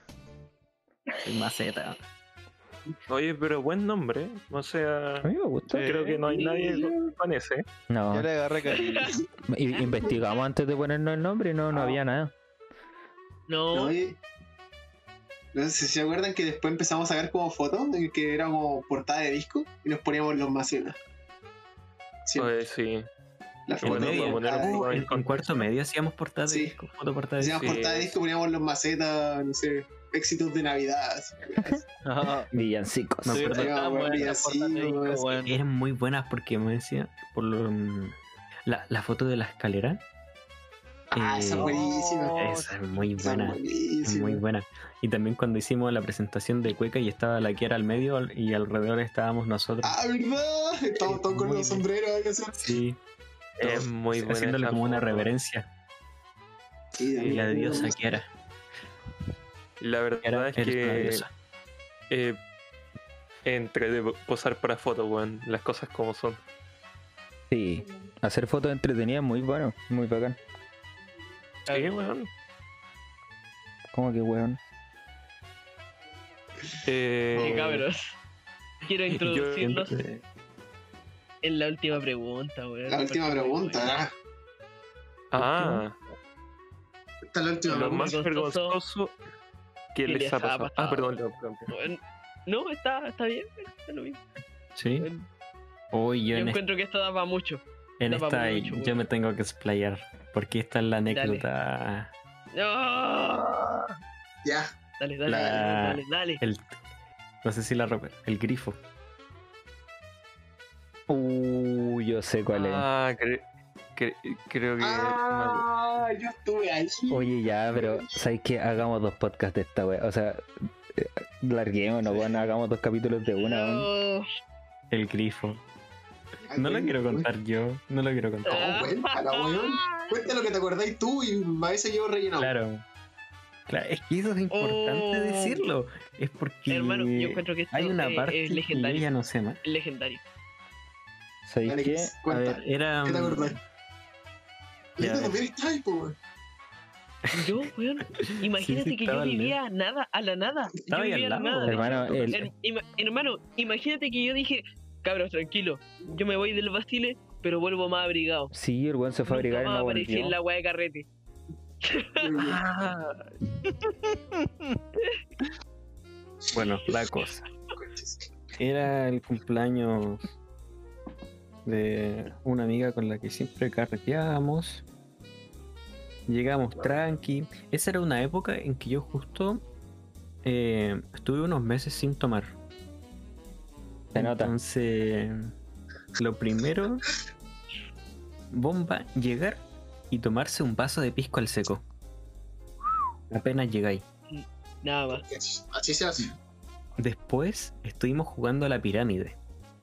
El maceta. oye, pero buen nombre. O sea, A mí me gusta. Sí. creo que no hay nadie con- con ese. No. Yo le agarré cariño. I- Investigamos antes de ponernos el nombre y no, no Ah. había nada. No, No, oye, no sé si se acuerdan que después empezamos a sacar como fotos en que era como portada de disco y nos poníamos los macetas. Sí, Oye, sí. la en foto medio, de poner portada de un disco. poco En, en en contexto. cuarto medio hacíamos portada de Sí. disco, foto portada de disco. Hacíamos Sí, portada de disco, poníamos los macetas, no sé, éxitos de Navidad. así. Ajá. Villancicos. Me Sí, acuerdo. verdad, Ah, weón, bueno, las sí, portadas de disco, weón, sí. weón. Eran muy buenas porque me decía por lo, mm, la, la foto de la escalera. Ah, esa es eh, buenísima. Oh, esa es muy Esa es buena. Es buenísima. muy buena. Y también cuando hicimos la presentación de Cueca y estaba la Kiara al medio y alrededor estábamos nosotros. Ah, ¿verdad? Estamos todos con Muy los bien. sombreros. hay que hacer. Sí, Es muy buena. haciéndole esa como una foto. reverencia. Sí, Y la también. diosa Kiara. La verdad Kiara, es eres una que diosa. eh, entre de posar para fotos, weón. Las cosas como son. Sí. Hacer fotos entretenidas muy bueno. Muy bacán. Sí, weón. ¿Cómo que weón? Eh, Sí, cabros. Quiero yo- introducirlos Siempre- en la última pregunta, weón. La última Porque- pregunta. ah. Ah, Esta es la última lo Lo pregunta. más vergonzoso vergonzoso que que les les ha ha pasado. pasado. Ah, perdón, Leo, perdón. Weón, no, está, está bien, está lo mismo. Sí. Weón, Uy, yo Yo en, es- encuentro que esto daba mucho. en da pa' esta mucho, yo weón. me tengo que explayar. Porque esta es la anécdota. ¡No! Ya. Dale, dale, La- dale, dale, dale. El, no sé si la ropa. El grifo. Uh, yo sé cuál es. Ah, cre- cre- creo que. Ah, yo estuve ahí. Oye, ya, pero ¿sabes qué? Hagamos dos podcasts de esta wea. O sea, eh, larguémonos, weón. Hagamos dos capítulos de una, weón. Oh, El grifo. No lo quiero contar yo. No lo quiero contar. No, cuéntalo, weón. Cuéntalo que te acordáis tú y a veces yo rellenado. Claro. Claro, es que eso es importante Oh. decirlo. Es porque hermano, yo encuentro que esto hay una es- parte es que yo legendario. ya no sé más. legendario. ¿Sabéis Alex, qué? A cuenta. ver, era. ¿Qué te mm, acordás? Ya, Esto a ver. también está ahí, po, weón. Yo, weón, imagínate sí, que yo estaba al vivía nada, a la nada. Estaba yo ahí vivía al a la lado, nada. Hermano, el- Her- ima- hermano, imagínate que yo dije, cabros, tranquilo, yo me voy del Basile, pero vuelvo más abrigado. Sí, el weón se fue a Nunca abrigar y más no aparecí volvió. en la weá de carrete. Ah. Bueno, la cosa. Era el cumpleaños de una amiga con la que siempre carreteábamos. Llegamos tranqui. Esa era una época en que yo justo eh, estuve unos meses sin tomar. Se nota. Entonces, lo primero, bomba, llegar y tomarse un vaso de pisco al seco. Apenas llegáis. Nada más. Así, así se hace. Después estuvimos jugando a la pirámide.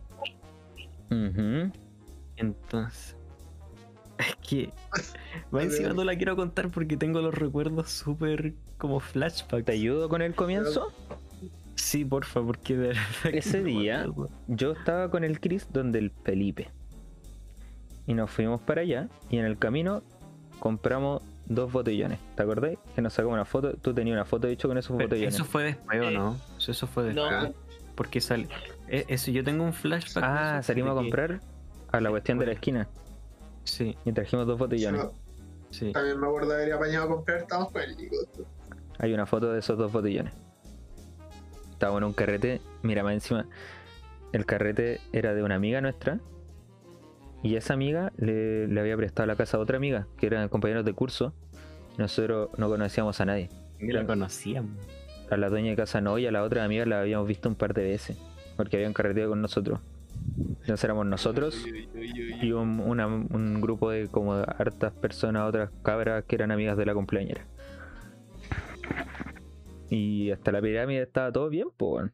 Ujú. Entonces, es que va encima no la quiero contar porque tengo los recuerdos súper como flashback. ¿Te ayudo con el comienzo? Sí, porfa, porque de verdad que Ese no me día- acuerdo. Yo estaba con el Chris donde el Felipe. Y nos fuimos para allá. Y en el camino compramos dos botellones. ¿Te acordás? Que nos sacamos una foto. Tú tenías una foto de hecho con esos Pero botellones. eso fue después, ¿o Eh, no? Eso, eso fue no. después. Porque sale. eh, Eso, yo tengo un flashback. de Ah, eso, salimos a de que- comprar a la cuestión de la esquina. Sí, Y trajimos dos botellones. Yo sí. también me acuerdo de haber apañado a comprar, estábamos con el Nico. Hay una foto de esos dos botellones. Estábamos en un carrete. Mira, más encima. El carrete era de una amiga nuestra. Y esa amiga le, le había prestado la casa a otra amiga, que eran compañeros de curso. Nosotros no conocíamos a nadie. Ni la conocíamos. A la dueña de casa no, y a la otra amiga la habíamos visto un par de veces. Porque habían carreteado con nosotros. Entonces éramos nosotros y un, una- un grupo de como hartas personas, otras cabras que eran amigas de la cumpleañera. Y hasta la pirámide estaba todo bien, pues bueno.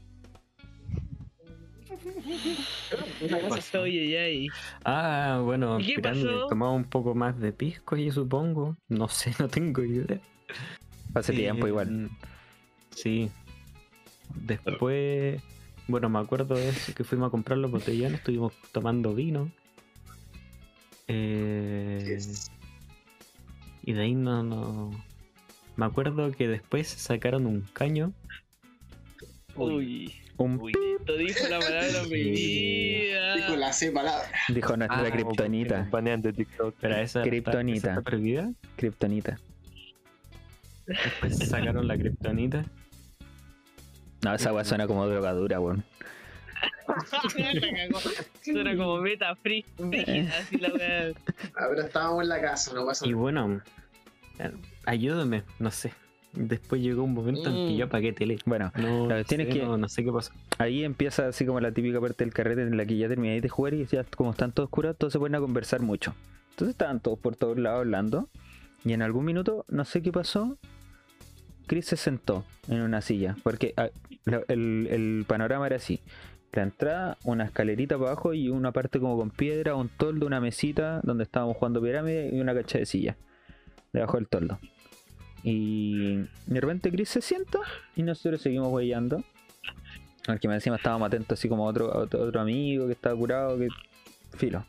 Oye, ay. Ah, bueno, ¿Y qué pirámide, pasó? tomaba un poco más de pisco, yo supongo. No sé, no tengo idea. Hace tiempo Eh, igual. Sí. Después, bueno, me acuerdo de eso, que fuimos a comprar los botellones, estuvimos tomando vino. Eh, y de ahí no, no. Me acuerdo que después sacaron un caño. Uy. Un Uy, esto dijo la palabra prohibida. Dijo la C palabra. dijo nuestra Ah, kriptonita. banean de TikTok. Pero esa está- Kriptonita. esa está prohibida. Kriptonita. Después sacaron la kriptonita. No, esa weá suena como drogadura, weón. La cagó. Suena como meta free. Brígida, así la weá. Ah, pero estábamos en la casa, no pasa Y nada. bueno, eh, ayúdame, no sé. Después llegó un momento en que yo apagué tele. Bueno, No, La cuestión sé, es que- no, no sé qué pasó. ahí empieza así como la típica parte del carrete en la que ya termináis de jugar y ya como están todos curados, todos se ponen a conversar mucho. Entonces estaban todos por todos lados hablando y en algún minuto, no sé qué pasó, Chris se sentó en una silla, porque ah, la- el, el panorama era así. La entrada, una escalerita para abajo y una parte como con piedra, un toldo, una mesita donde estábamos jugando pirámide y una cacha de silla debajo del toldo. Y de repente Chris se sienta y nosotros seguimos huellando. Al que me encima estábamos atentos así como a otro, a otro, otro amigo que estaba curado, que filo.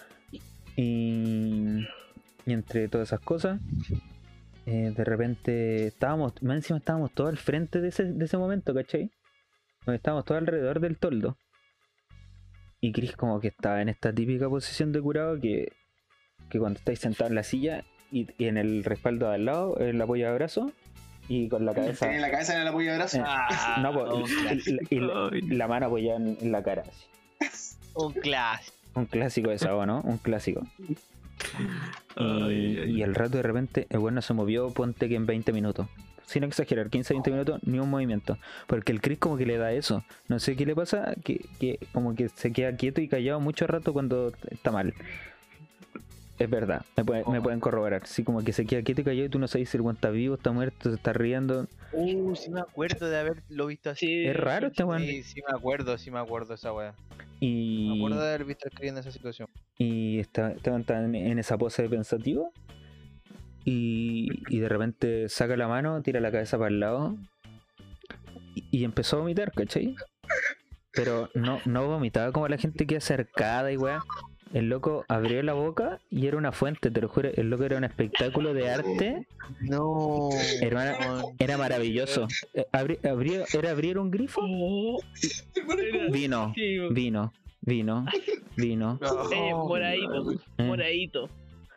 Y, y entre todas esas cosas, eh, de repente estábamos, más encima estábamos todos al frente de ese, de ese momento, ¿cachai? Donde estábamos todos alrededor del toldo. Y Chris como que estaba en esta típica posición de curado que, que cuando estáis sentados en la silla y, y en el respaldo de al lado, el apoyo de brazo, y con la cabeza... Tenía la cabeza en el apoyo de brazo. Eh, Ah, no, pues, un y, y la, la mano apoyada en, en la cara. Así. Un clásico. Un clásico de Sabo, ¿no? Un clásico. Y, Ay, ay. y el rato de repente, el bueno se movió, ponte que en veinte minutos. Sin exagerar, quince a veinte minutos, ni un movimiento. Porque el Chris como que le da eso. No sé qué le pasa, que, que como que se queda quieto y callado mucho rato cuando está mal. Es verdad, me, puede- me pueden corroborar. Así como que se queda quieto y callado y tú no sabes si el weón está vivo, está muerto, se está riendo. Uh, sí me acuerdo de haberlo visto así. Sí, Es raro este weón. Sí, sí me acuerdo, sí me acuerdo de esa weá. Me Y, acuerdo de haber visto al Chris en esa situación. y está- estaban tan en esa pose de pensativo. Y, y de repente saca la mano, tira la cabeza para el lado. Y, y empezó a vomitar, ¿cachai? Pero no, no vomitaba como la gente que hace arcada y weá. El loco abrió la boca y era una fuente, te lo juro. El loco era un espectáculo de arte. No. Hermano, era maravilloso. Eh, abri- abrió- era abrir un grifo. Oh, era- Vino, sí, weón. vino, vino, vino. Eh, moradito, Eh, moradito.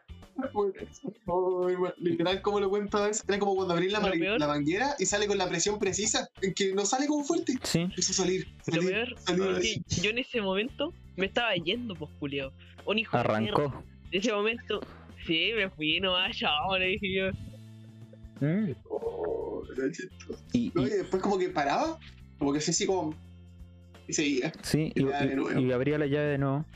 Oh, hermano, literal, como lo cuento a veces, era como cuando abrí la, Lo mari- peor- la manguera y sale con la presión precisa, en que no sale como fuerte. Sí. Empieza a salir, Lo salir, peor salir. es que yo en ese momento me estaba yendo, pues, culiao. Un hijo de perra. Arrancó. En ese momento, sí, me fui, no vaya ahora, dije yo. Mm. Oh, era chistoso. Y, No, y y- después como que paraba, como que así, así como... Y seguía. sí, y, y ya de nuevo. y- y abría la llave de nuevo.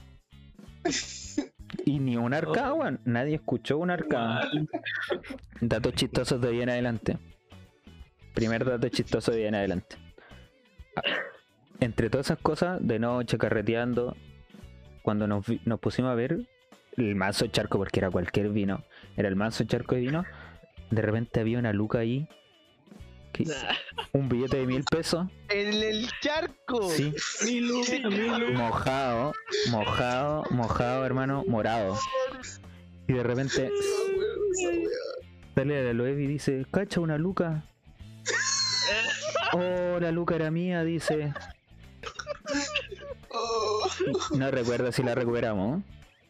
Y ni una arcada, weón. Nadie escuchó una arcada. Datos chistosos de ahí en adelante. Primer dato chistoso de ahí en adelante. Ah, Entre todas esas cosas, de noche carreteando, cuando nos, vi- nos pusimos a ver el manso charco, porque era cualquier vino, era el manso charco de vino, de repente había una luca ahí, que- Nah. un billete de mil pesos, ¡En el charco! sí, mojado, mojado, mojado, hermano, morado. Y de repente sale a la web y dice, cacha una luca. Oh, la luca era mía, dice. Oh, No recuerdo si la recuperamos.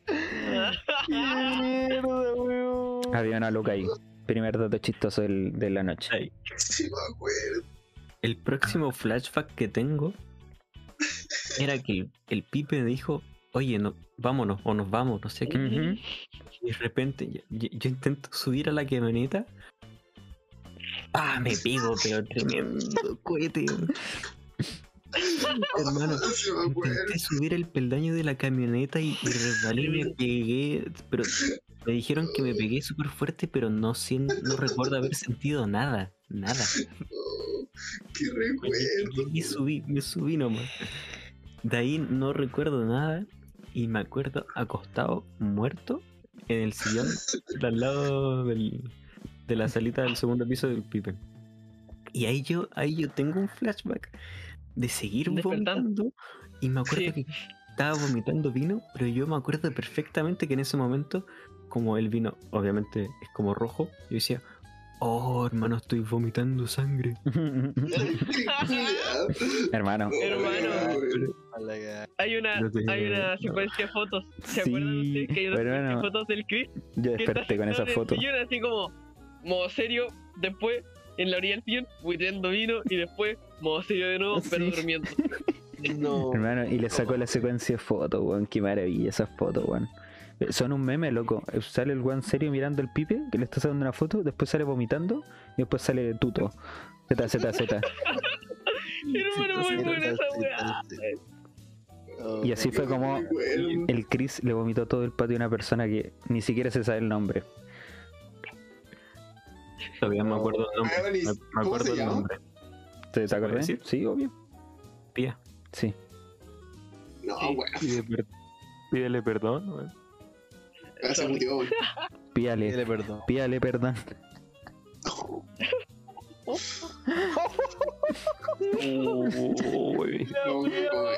¡Mierda, weón! Había una luca ahí. Primer dato chistoso del- de la noche. Ay, sí me acuerdo. el próximo flashback que tengo era que el, el Pipe me dijo, oye, no, vámonos, o nos vamos, no sé qué. Ujú. Y de repente yo, yo- yo intento subir a la camioneta. Ah, me pego, pero tremendo cohete. Hermano, Sí me acuerdo. intenté subir el peldaño de la camioneta y, y resbalé y me pegué. Pero me dijeron que me pegué súper fuerte, pero no, sien- no recuerdo haber sentido nada. Nada. Oh, qué Me, recuerdo. me subí, me subí nomás. De ahí no recuerdo nada. Y me acuerdo acostado, muerto, en el sillón de al lado del, de la salita del segundo piso del Pipe. Y ahí yo, ahí yo tengo un flashback de seguir Despertando. vomitando. Y me acuerdo Sí. que estaba vomitando vino, pero yo me acuerdo perfectamente que en ese momento, como el vino obviamente es como rojo, yo decía, oh hermano, estoy vomitando sangre. Hermano, Hermano. Mala cagada. Hay una, No te- hay una no. secuencia de fotos. ¿Se Sí, acuerdan ustedes que hay una pero secuencia de bueno, fotos del Chris? yo Que está desperté con esa sentado en el foto. sillón, así como modo serio, después en la orilla del sillón, buiteando vino y después modo serio de nuevo, pero Sí. durmiendo. No. Hermano, y le sacó la secuencia de fotos, weón. Qué maravilla esas fotos, weón. Eh, Son un meme, loco. Eh, Sale el weón serio mirando al Pipe, que le está sacando una foto, después sale vomitando y después sale Tuto. Z, Z, Z. Hermano, muy buena esa weá. Oh, Y así fue como Recuerdo. el Chris le vomitó todo el patio a una persona que ni siquiera se sabe el nombre. Todavía me acuerdo el nombre. Weón, ¿y Me, me cómo acuerdo se el llama? nombre. ¿Te puede acordás? decir? Sí, obvio. Pía. Sí. No, Sí. bueno. Pide per- Pídele perdón, weón. Se murió, güey. Pídale, Pídele perdón. pídale perdón. Uy, No, güey.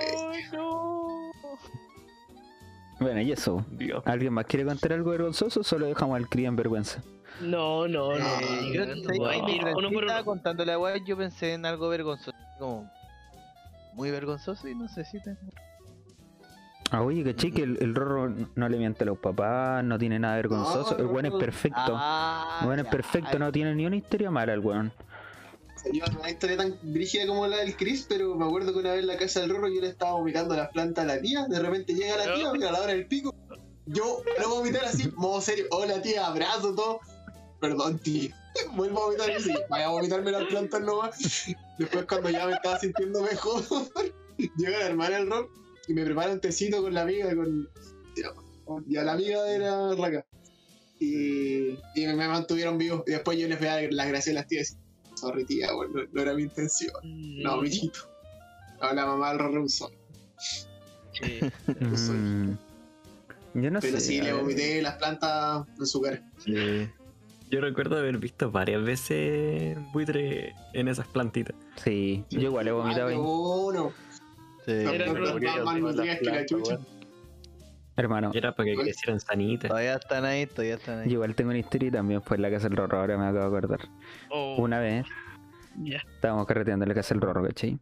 Bueno, y eso. Dios. ¿Alguien más quiere contar algo vergonzoso o solo dejamos al Chris en vergüenza? No, no, no. Eh, Yo, no, ¿sabes no, qué? no, Mientras uno Chris por estaba uno. contando la weá, yo pensé en algo vergonzoso. Como muy vergonzoso y no sé si tengo. Ah, oye, caché que el, el Rorro no le miente a los papás, no tiene nada vergonzoso. No, el weón es no. perfecto. Ah, el weón es ya. perfecto, no tiene ni una historia mala el weón. Yo no una historia tan brígida como la del Chris, pero me acuerdo que una vez en la casa del Rorro yo le estaba vomitando las plantas a la tía. De repente llega la tía, mira, a la hora del pico. Yo lo voy a vomitar así, modo serio. Hola tía, abrazo, todo. Perdón, tía. Vuelvo a vomitar y dice, vaya a vomitarme las plantas nomás. Después, cuando ya me estaba sintiendo mejor, llega la hermana del Rorro y me prepara un tecito con la amiga, con. Ya la amiga de la raca. Y, y me mantuvieron vivos. Y después yo les voy a dar las gracias a las tías. Sorry, tía, bueno, no, no era mi intención. No, mijito. No, la mamá del Rorro un sol. Sí. Mm, yo no Pero sé. sí, a le ver. vomité las plantas en su cara. Sí. Yo recuerdo haber visto varias veces buitre en esas plantitas. Sí, yo igual he vomitado Ay, ahí. uno. Sí, Era Las el plantas Rodrigo, más nutridas que la chucha. Hermano, Y era para que ¿Cuál? crecieran sanitas. Todavía están ahí, todavía están yo ahí. igual tengo una historia y también fue en la casa del Rorro, ahora me acabo de acordar. Oh, Una vez ya. estábamos carreteando en la casa del Rorro, ¿cachai?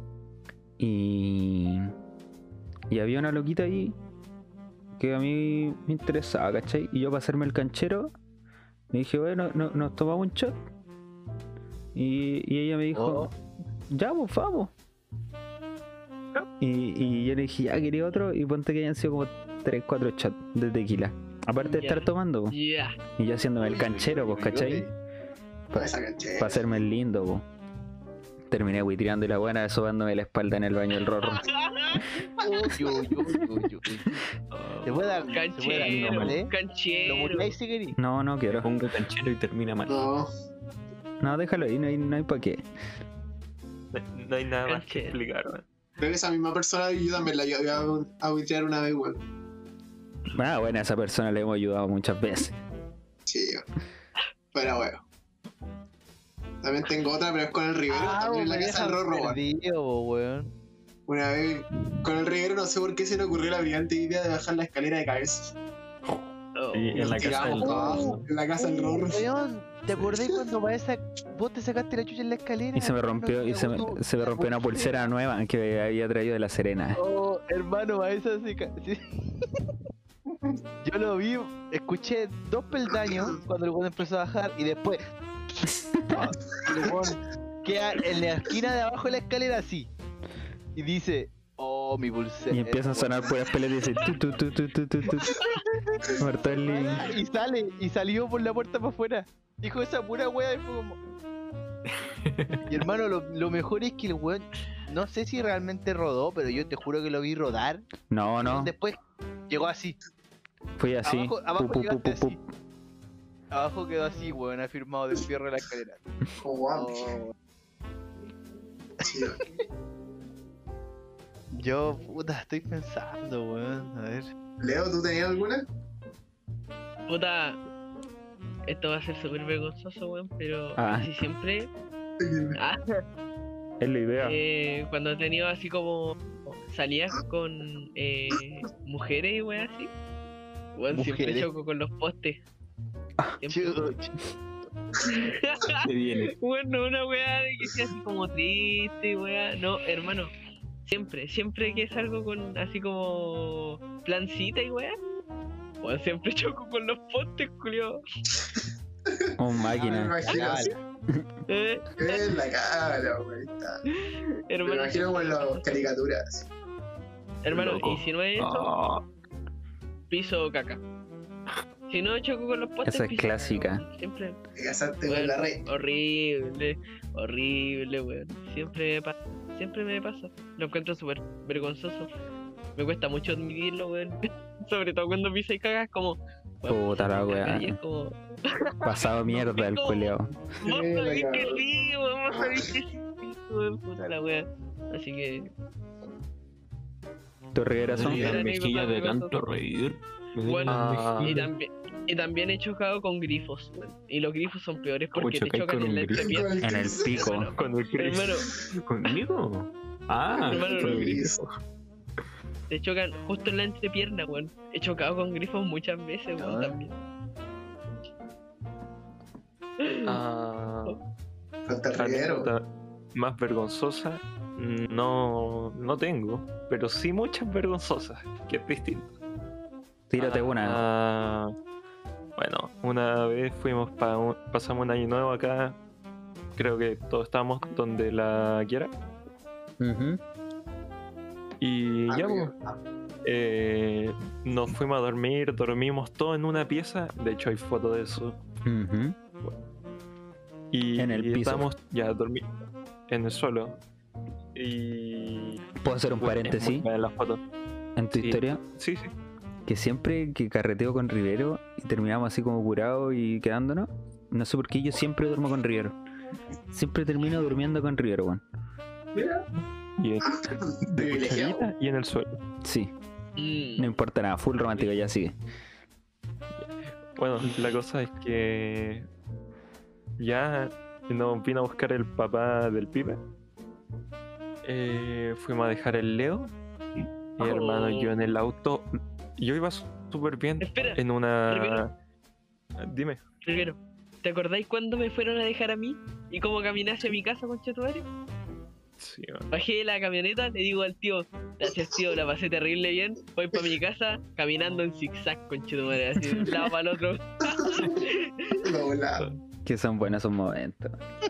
Y... Y había una loquita ahí que a mí me interesaba, ¿cachai? Y yo para hacerme el canchero, me dije, bueno, no, nos tomamos un shot. Y, y ella me dijo, Oh. ya, pues vamos. Y, y yo le dije, ya, quería otro. Y ponte que hayan sido como tres, cuatro shots de tequila. Aparte de Ya. estar tomando, po. Ya. Y yo haciéndome el canchero, pues, ¿cachai? Para esa canchera. Para hacerme el lindo, po. Terminé buitreando y la buena sobándome la espalda en el baño del Rorro. Uy, uy, uy, uy, uy. Se puede dar, se puede dar Canchero, nombre, ¿eh? canchero. Lo muteáis si queréis. No, no quiero. Pongo canchero y termina mal. No, No, déjalo ahí, no hay, no hay pa' qué. No, no hay nada más que Canchero. explicar, weón. creo que esa misma persona yo también la ayudé a, a buitrear una vez, weón. Ah, bueno, a esa persona le hemos ayudado muchas veces. Sí, weón. Pero bueno. También tengo otra, pero es con el Rivero, Ah, también en la me casa del dejan Rorro, weón. perdido, weón. Una vez con el Rivero no sé por qué se le ocurrió la brillante idea de bajar la escalera de cabeza. Oh, Sí, en Nos la casa tiramos del para abajo, en la casa del Rorro. Weón, ¿te acordás cuando para esa vos te sacaste la chucha en la escalera? Y se me rompió, y se me, se me rompió una pulsera nueva que había traído de La Serena. Oh, hermano, a esa se ca- sí. Yo lo vi, escuché dos peldaños cuando el weón empezó a bajar y después. Y el weón queda en la esquina de abajo de la escalera así. Y dice, oh, mi pulsera. Y empiezan a sonar puras peleas y dice tu tu tu tu tu tu tu. Martelli. Y sale, y salió por la puerta para afuera. Dijo esa pura wea y fue como. Y hermano, lo, lo mejor es que el weón, no sé si realmente rodó, pero yo te juro que lo vi rodar. No, no, Después llegó así. fui así. Abajo, abajo Pu, pu, pu, llegaste pu, pu. así. Abajo quedó así, weón, afirmado del fierro de la escalera. Oh, wow. Oh, Sí, yo, puta, estoy pensando, weón. A ver. Leo, ¿tú tenías alguna? Puta. Esto va a ser súper vergonzoso, weón, pero Ah. casi siempre. Ah, Es la idea. eh, cuando he tenido así como salidas con eh, mujeres y weón así. Weón, siempre Mujeres. choco con los postes. Siempre. Chuch. Se viene. Bueno, una weá de que sea así como triste, weá. No, hermano. Siempre, siempre que salgo con así como plancita y weá. Bueno, siempre choco con los postes, culio. Un Ah, me máquina. imagino, Dale. sí. Eh, En la cara, güey. está. Me hermano, imagino con las caricaturas. hermano, Loco. y si no es eso, Ah, piso caca. Si no choco con los postes, Esa es piso clásica. caca, Siempre. Te casaste con Weón, la rey. horrible, horrible, weón. Siempre me pasa, siempre me pasa. Lo encuentro súper vergonzoso. Me cuesta mucho admitirlo, weón. Sobre todo cuando pisa y cagas, como. weón, Puta la caca, weá. y es como. Pasado mierda el No. culeado. Vos Sí, la sabés que cagó. sí, weón. Vos sabés que sí, weón. Puta la weá. Así que. ¿Tu Rivera son? me Era duelen las mejillas de anécdota, tanto reír. Me duelen Bueno, las Ah. Y mejillas. también, y también he chocado con grifos, weón. Y los grifos son peores ¿Cómo porque te chocáis chocan con en un la grifo? entrepierna. En el pico. Hermano, Con el Chris. hermano, ¿Conmigo? Ah, Hermano, con no. el grifo. te chocan justo en la entrepierna, weón. He chocado con grifos muchas veces, weón, Ah. también. Ah, Falta el Rivero. anécdota más vergonzosa no, no tengo, pero sí muchas vergonzosas, que es distinto. Tírate una. Ah, bueno, una vez fuimos para pasamos un año nuevo acá. Creo que todos estábamos donde la quiera. Ujú. Y ya, Amigo. pues, eh, nos fuimos a dormir, dormimos todos en una pieza. De hecho, hay fotos de eso. Ujú. Y, En el y piso. estábamos ya dormir en el suelo. Y. ¿Puedo hacer un bueno, es muy paréntesis buena la foto. en tu sí. historia? Sí, sí. que siempre que carreteo con Rivero y terminamos así como curados y quedándonos, no sé por qué yo siempre duermo con Rivero. Siempre termino durmiendo con Rivero, weón. Mira, Y en, de Privilegiado. cucharita y en el suelo. Sí, Mm. no importa nada, full romántico, ya sigue. Bueno, la cosa es que ya nos vino a buscar el papá del pibe. Eh, fuimos a dejar el Leo. Y Oh. hermano, yo en el auto, yo iba súper bien Espera, en una... Rivero. Dime. Rivero, ¿te acordáis cuándo me fueron a dejar a mí? ¿Y cómo caminé hacia mi casa, conchetumare? Sí, man. Bajé de la camioneta, le digo al tío, gracias tío, la pasé terrible bien, voy para mi casa caminando en zigzag, conchetumare, así de un lado para el otro. lo volado. Que son buenos esos momentos.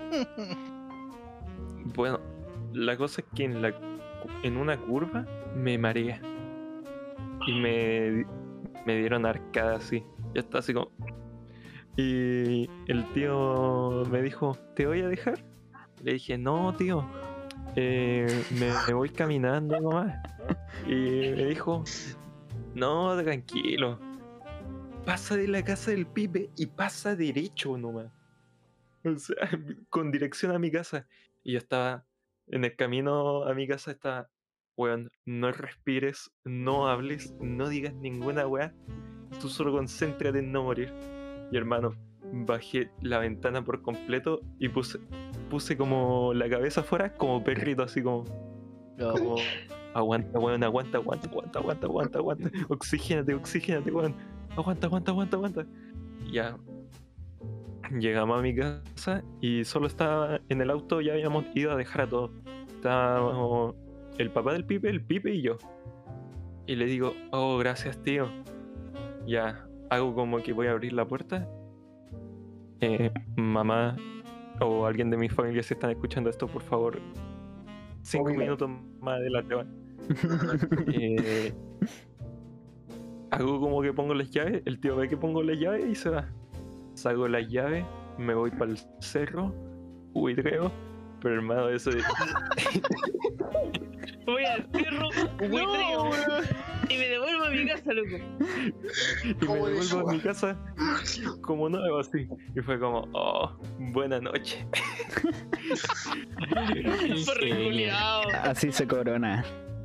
Bueno, la cosa es que en, la, en una curva me mareé. Y me, me dieron arcada así. Ya está así como... Y el tío me dijo, ¿te voy a dejar? Le dije, no, tío. eh, me, me voy caminando nomás. Y me dijo, no, tranquilo. Pasa de la casa del pibe y pasa derecho nomás. O sea, con dirección a mi casa. Y yo estaba en el camino a mi casa, estaba, weón, no respires, no hables, no digas ninguna weá. Tú solo concéntrate en no morir. Y hermano, bajé la ventana por completo y puse, puse como la cabeza afuera, como perrito, así como, como aguanta, weón, aguanta, aguanta, aguanta, aguanta, aguanta, aguanta. Oxigénate, oxigénate, weón. Aguanta, aguanta, aguanta, aguanta. Ya. Llegamos a mi casa y solo estaba en el auto, ya habíamos ido a dejar a todos. Estábamos el papá del Pipe, el Pipe y yo. Y le digo, oh, gracias tío. Ya, hago como que voy a abrir la puerta. Eh, mamá o alguien de mi familia, si están escuchando esto, por favor, cinco Obvio. minutos más adelante van. eh, hago como que pongo las llaves, el tío ve que pongo las llaves y se va. Saco las llaves, me voy para el cerro, huitreo, pero hermano, eso de... Voy al cerro, buitreo, y me devuelvo a mi casa, loco. y me ¿Cómo devuelvo eso, a mi weón? casa como nuevo así. Y fue como, oh, buena noche. Porre culiao. Así se corona.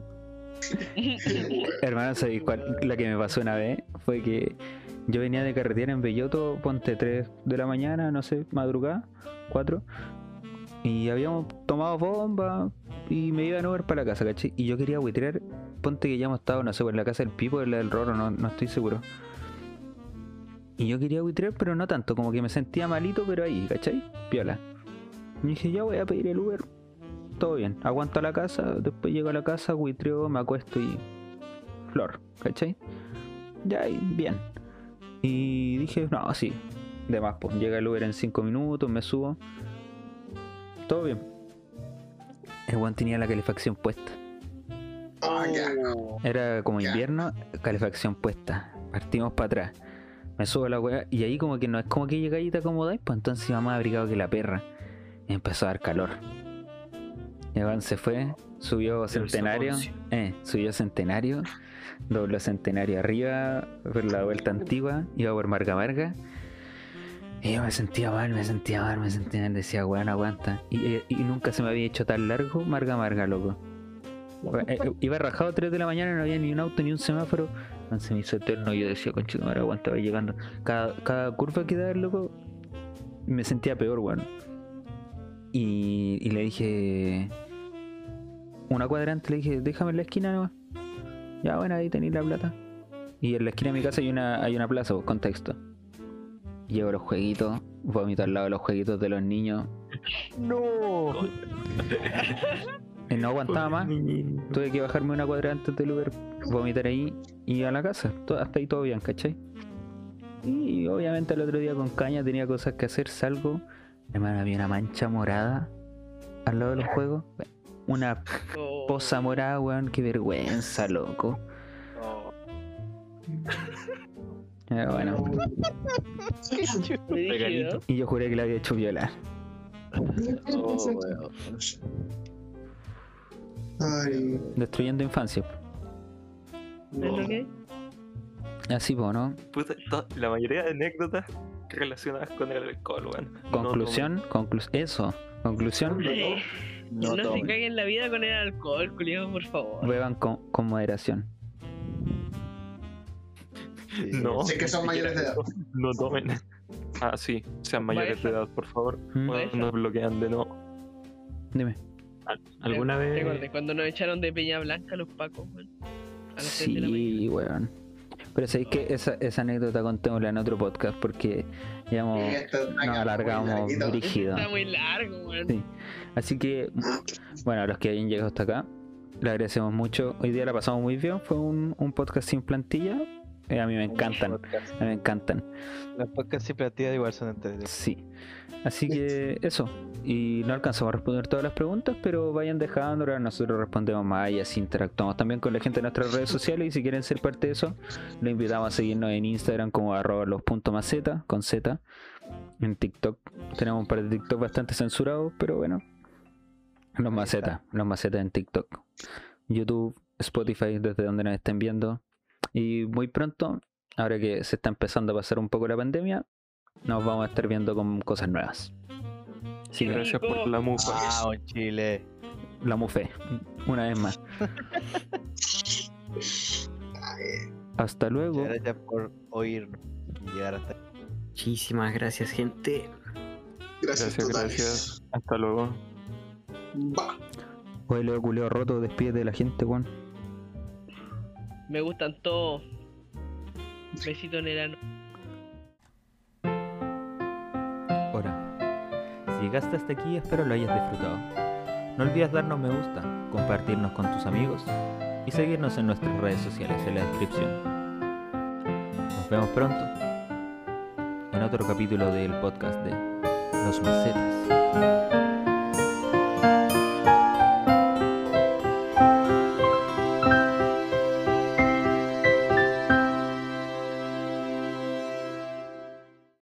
Hermano, ¿sabes cuál? La que me pasó una vez fue que yo venía de carretera en Belloto, ponte tres de la mañana, no sé, madrugada, cuatro. Y habíamos tomado bomba y me iba a Uber para la casa, ¿cachai? Y yo quería buitrear, ponte que ya hemos estado, no sé, en la casa del Pipo, en la del Roro, no, no estoy seguro. Y yo quería buitrear, pero no tanto, como que me sentía malito, pero ahí, ¿cachai? Piola. Y dije, ya voy a pedir el Uber. Todo bien, aguanto a la casa, después llego a la casa, buitreo, me acuesto y... Flor, ¿cachai? Ya, y bien. Y dije, no, sí, de más, pues llega el Uber en cinco minutos, me subo. Todo bien. El weón tenía la calefacción puesta. Ah, ya. Era como Ya. invierno, calefacción puesta. Partimos para atrás. Me subo a la weá y ahí como que no es como que llegáis y te acomodáis, pues entonces iba más abrigado que la perra. Y empezó a dar calor. El weón se fue, subió Centenario, soponcio. eh, subió Centenario, dobló Centenario arriba, por la vuelta antigua, iba por Marga Marga. Y yo me sentía mal, me sentía mal, me sentía mal, decía, weón, aguanta. Y, eh, y nunca se me había hecho tan largo Marga Marga, loco. Eh, eh, iba rajado a tres de la mañana, no había ni un auto ni un semáforo. Entonces se me hizo eterno. Yo decía, conchito, madre, aguanta, va llegando. Cada, cada curva que daba, loco, me sentía peor, weón. Y, y le dije, una cuadra antes le dije, déjame en la esquina nomás. Ya, bueno, ahí tenéis la plata. Y en la esquina de mi casa hay una, hay una plaza, pues, contexto. Llevo los jueguitos, vomito al lado de los jueguitos de los niños. No. Y no aguantaba más. Tuve que bajarme una cuadra antes del Uber, vomitar ahí y a la casa. Todo- hasta ahí todo bien, ¿cachai? Y obviamente el otro día con caña tenía cosas que hacer, salgo. Hermano, había una mancha morada al lado de los juegos. Una Oh. poza morada, weón. Qué vergüenza, loco. Pero bueno. Brígido. Y yo juré que la había hecho violar. Ay, Destruyendo infancia. ¿Es lo que? Así, po, ¿no? Puta, to- la mayoría de anécdotas relacionadas con el alcohol, weón. No Conclusión, conclu- eso. Conclusión, Eh, No No, se tomen. caguen la vida con el alcohol, culiao, por favor. beban con, con moderación. Sí. tomen. No, Sé que son ni mayores de siquiera edad. eso. No tomen. Ah, sí, sean mayores de edad, por favor. ¿Mm? No Baeza. nos bloquean de no. Dime. ¿Alguna ¿Te vez? acuerdas cuando nos echaron de Peña Blanca los pacos, weón? A las seis de la mañana. Sí, weón. Pero sabéis que esa, esa anécdota contémosla en otro podcast porque ya hemos- Sí, esto está nos acá, alargamos muy larguito. brígido. Está muy largo, weón. Sí. Así que, bueno, a los que hayan llegado hasta acá, le agradecemos mucho. Hoy día la pasamos muy bien. Fue un, un podcast sin plantilla. Eh, a mí me encantan. Podcast. A mí me encantan. Las podcasts y platillas igual son entretenidos. Sí. Así que eso. Y no alcanzamos a responder todas las preguntas, pero vayan dejándolas. Nosotros respondemos más y así interactuamos también con la gente en nuestras redes sociales. Y si quieren ser parte de eso, los invitamos a seguirnos en Instagram como arroba los puntos maceta con Z. En TikTok tenemos un par de TikTok bastante censurados, pero bueno. Los macetas, los macetas en TikTok. YouTube, Spotify, desde donde nos estén viendo. Y muy pronto, ahora que se está empezando a pasar un poco la pandemia, nos vamos a estar viendo con cosas nuevas. Así que Gracias por la mufa. Vamos, Chile. la mufé, una vez más. Hasta luego. Muchas gracias por oírnos y llegar hasta aquí. Muchísimas gracias, gente. Gracias, Gracias, totales. gracias. Hasta luego. Va. Oye, Leo culeo roto, despídete de la gente, Juan. Me gustan todos. Besito en el ano. Hola. Si llegaste hasta aquí, espero lo hayas disfrutado. No olvides darnos me gusta, compartirnos con tus amigos y seguirnos en nuestras redes sociales en la descripción. Nos vemos pronto en otro capítulo del podcast de Los Macetas.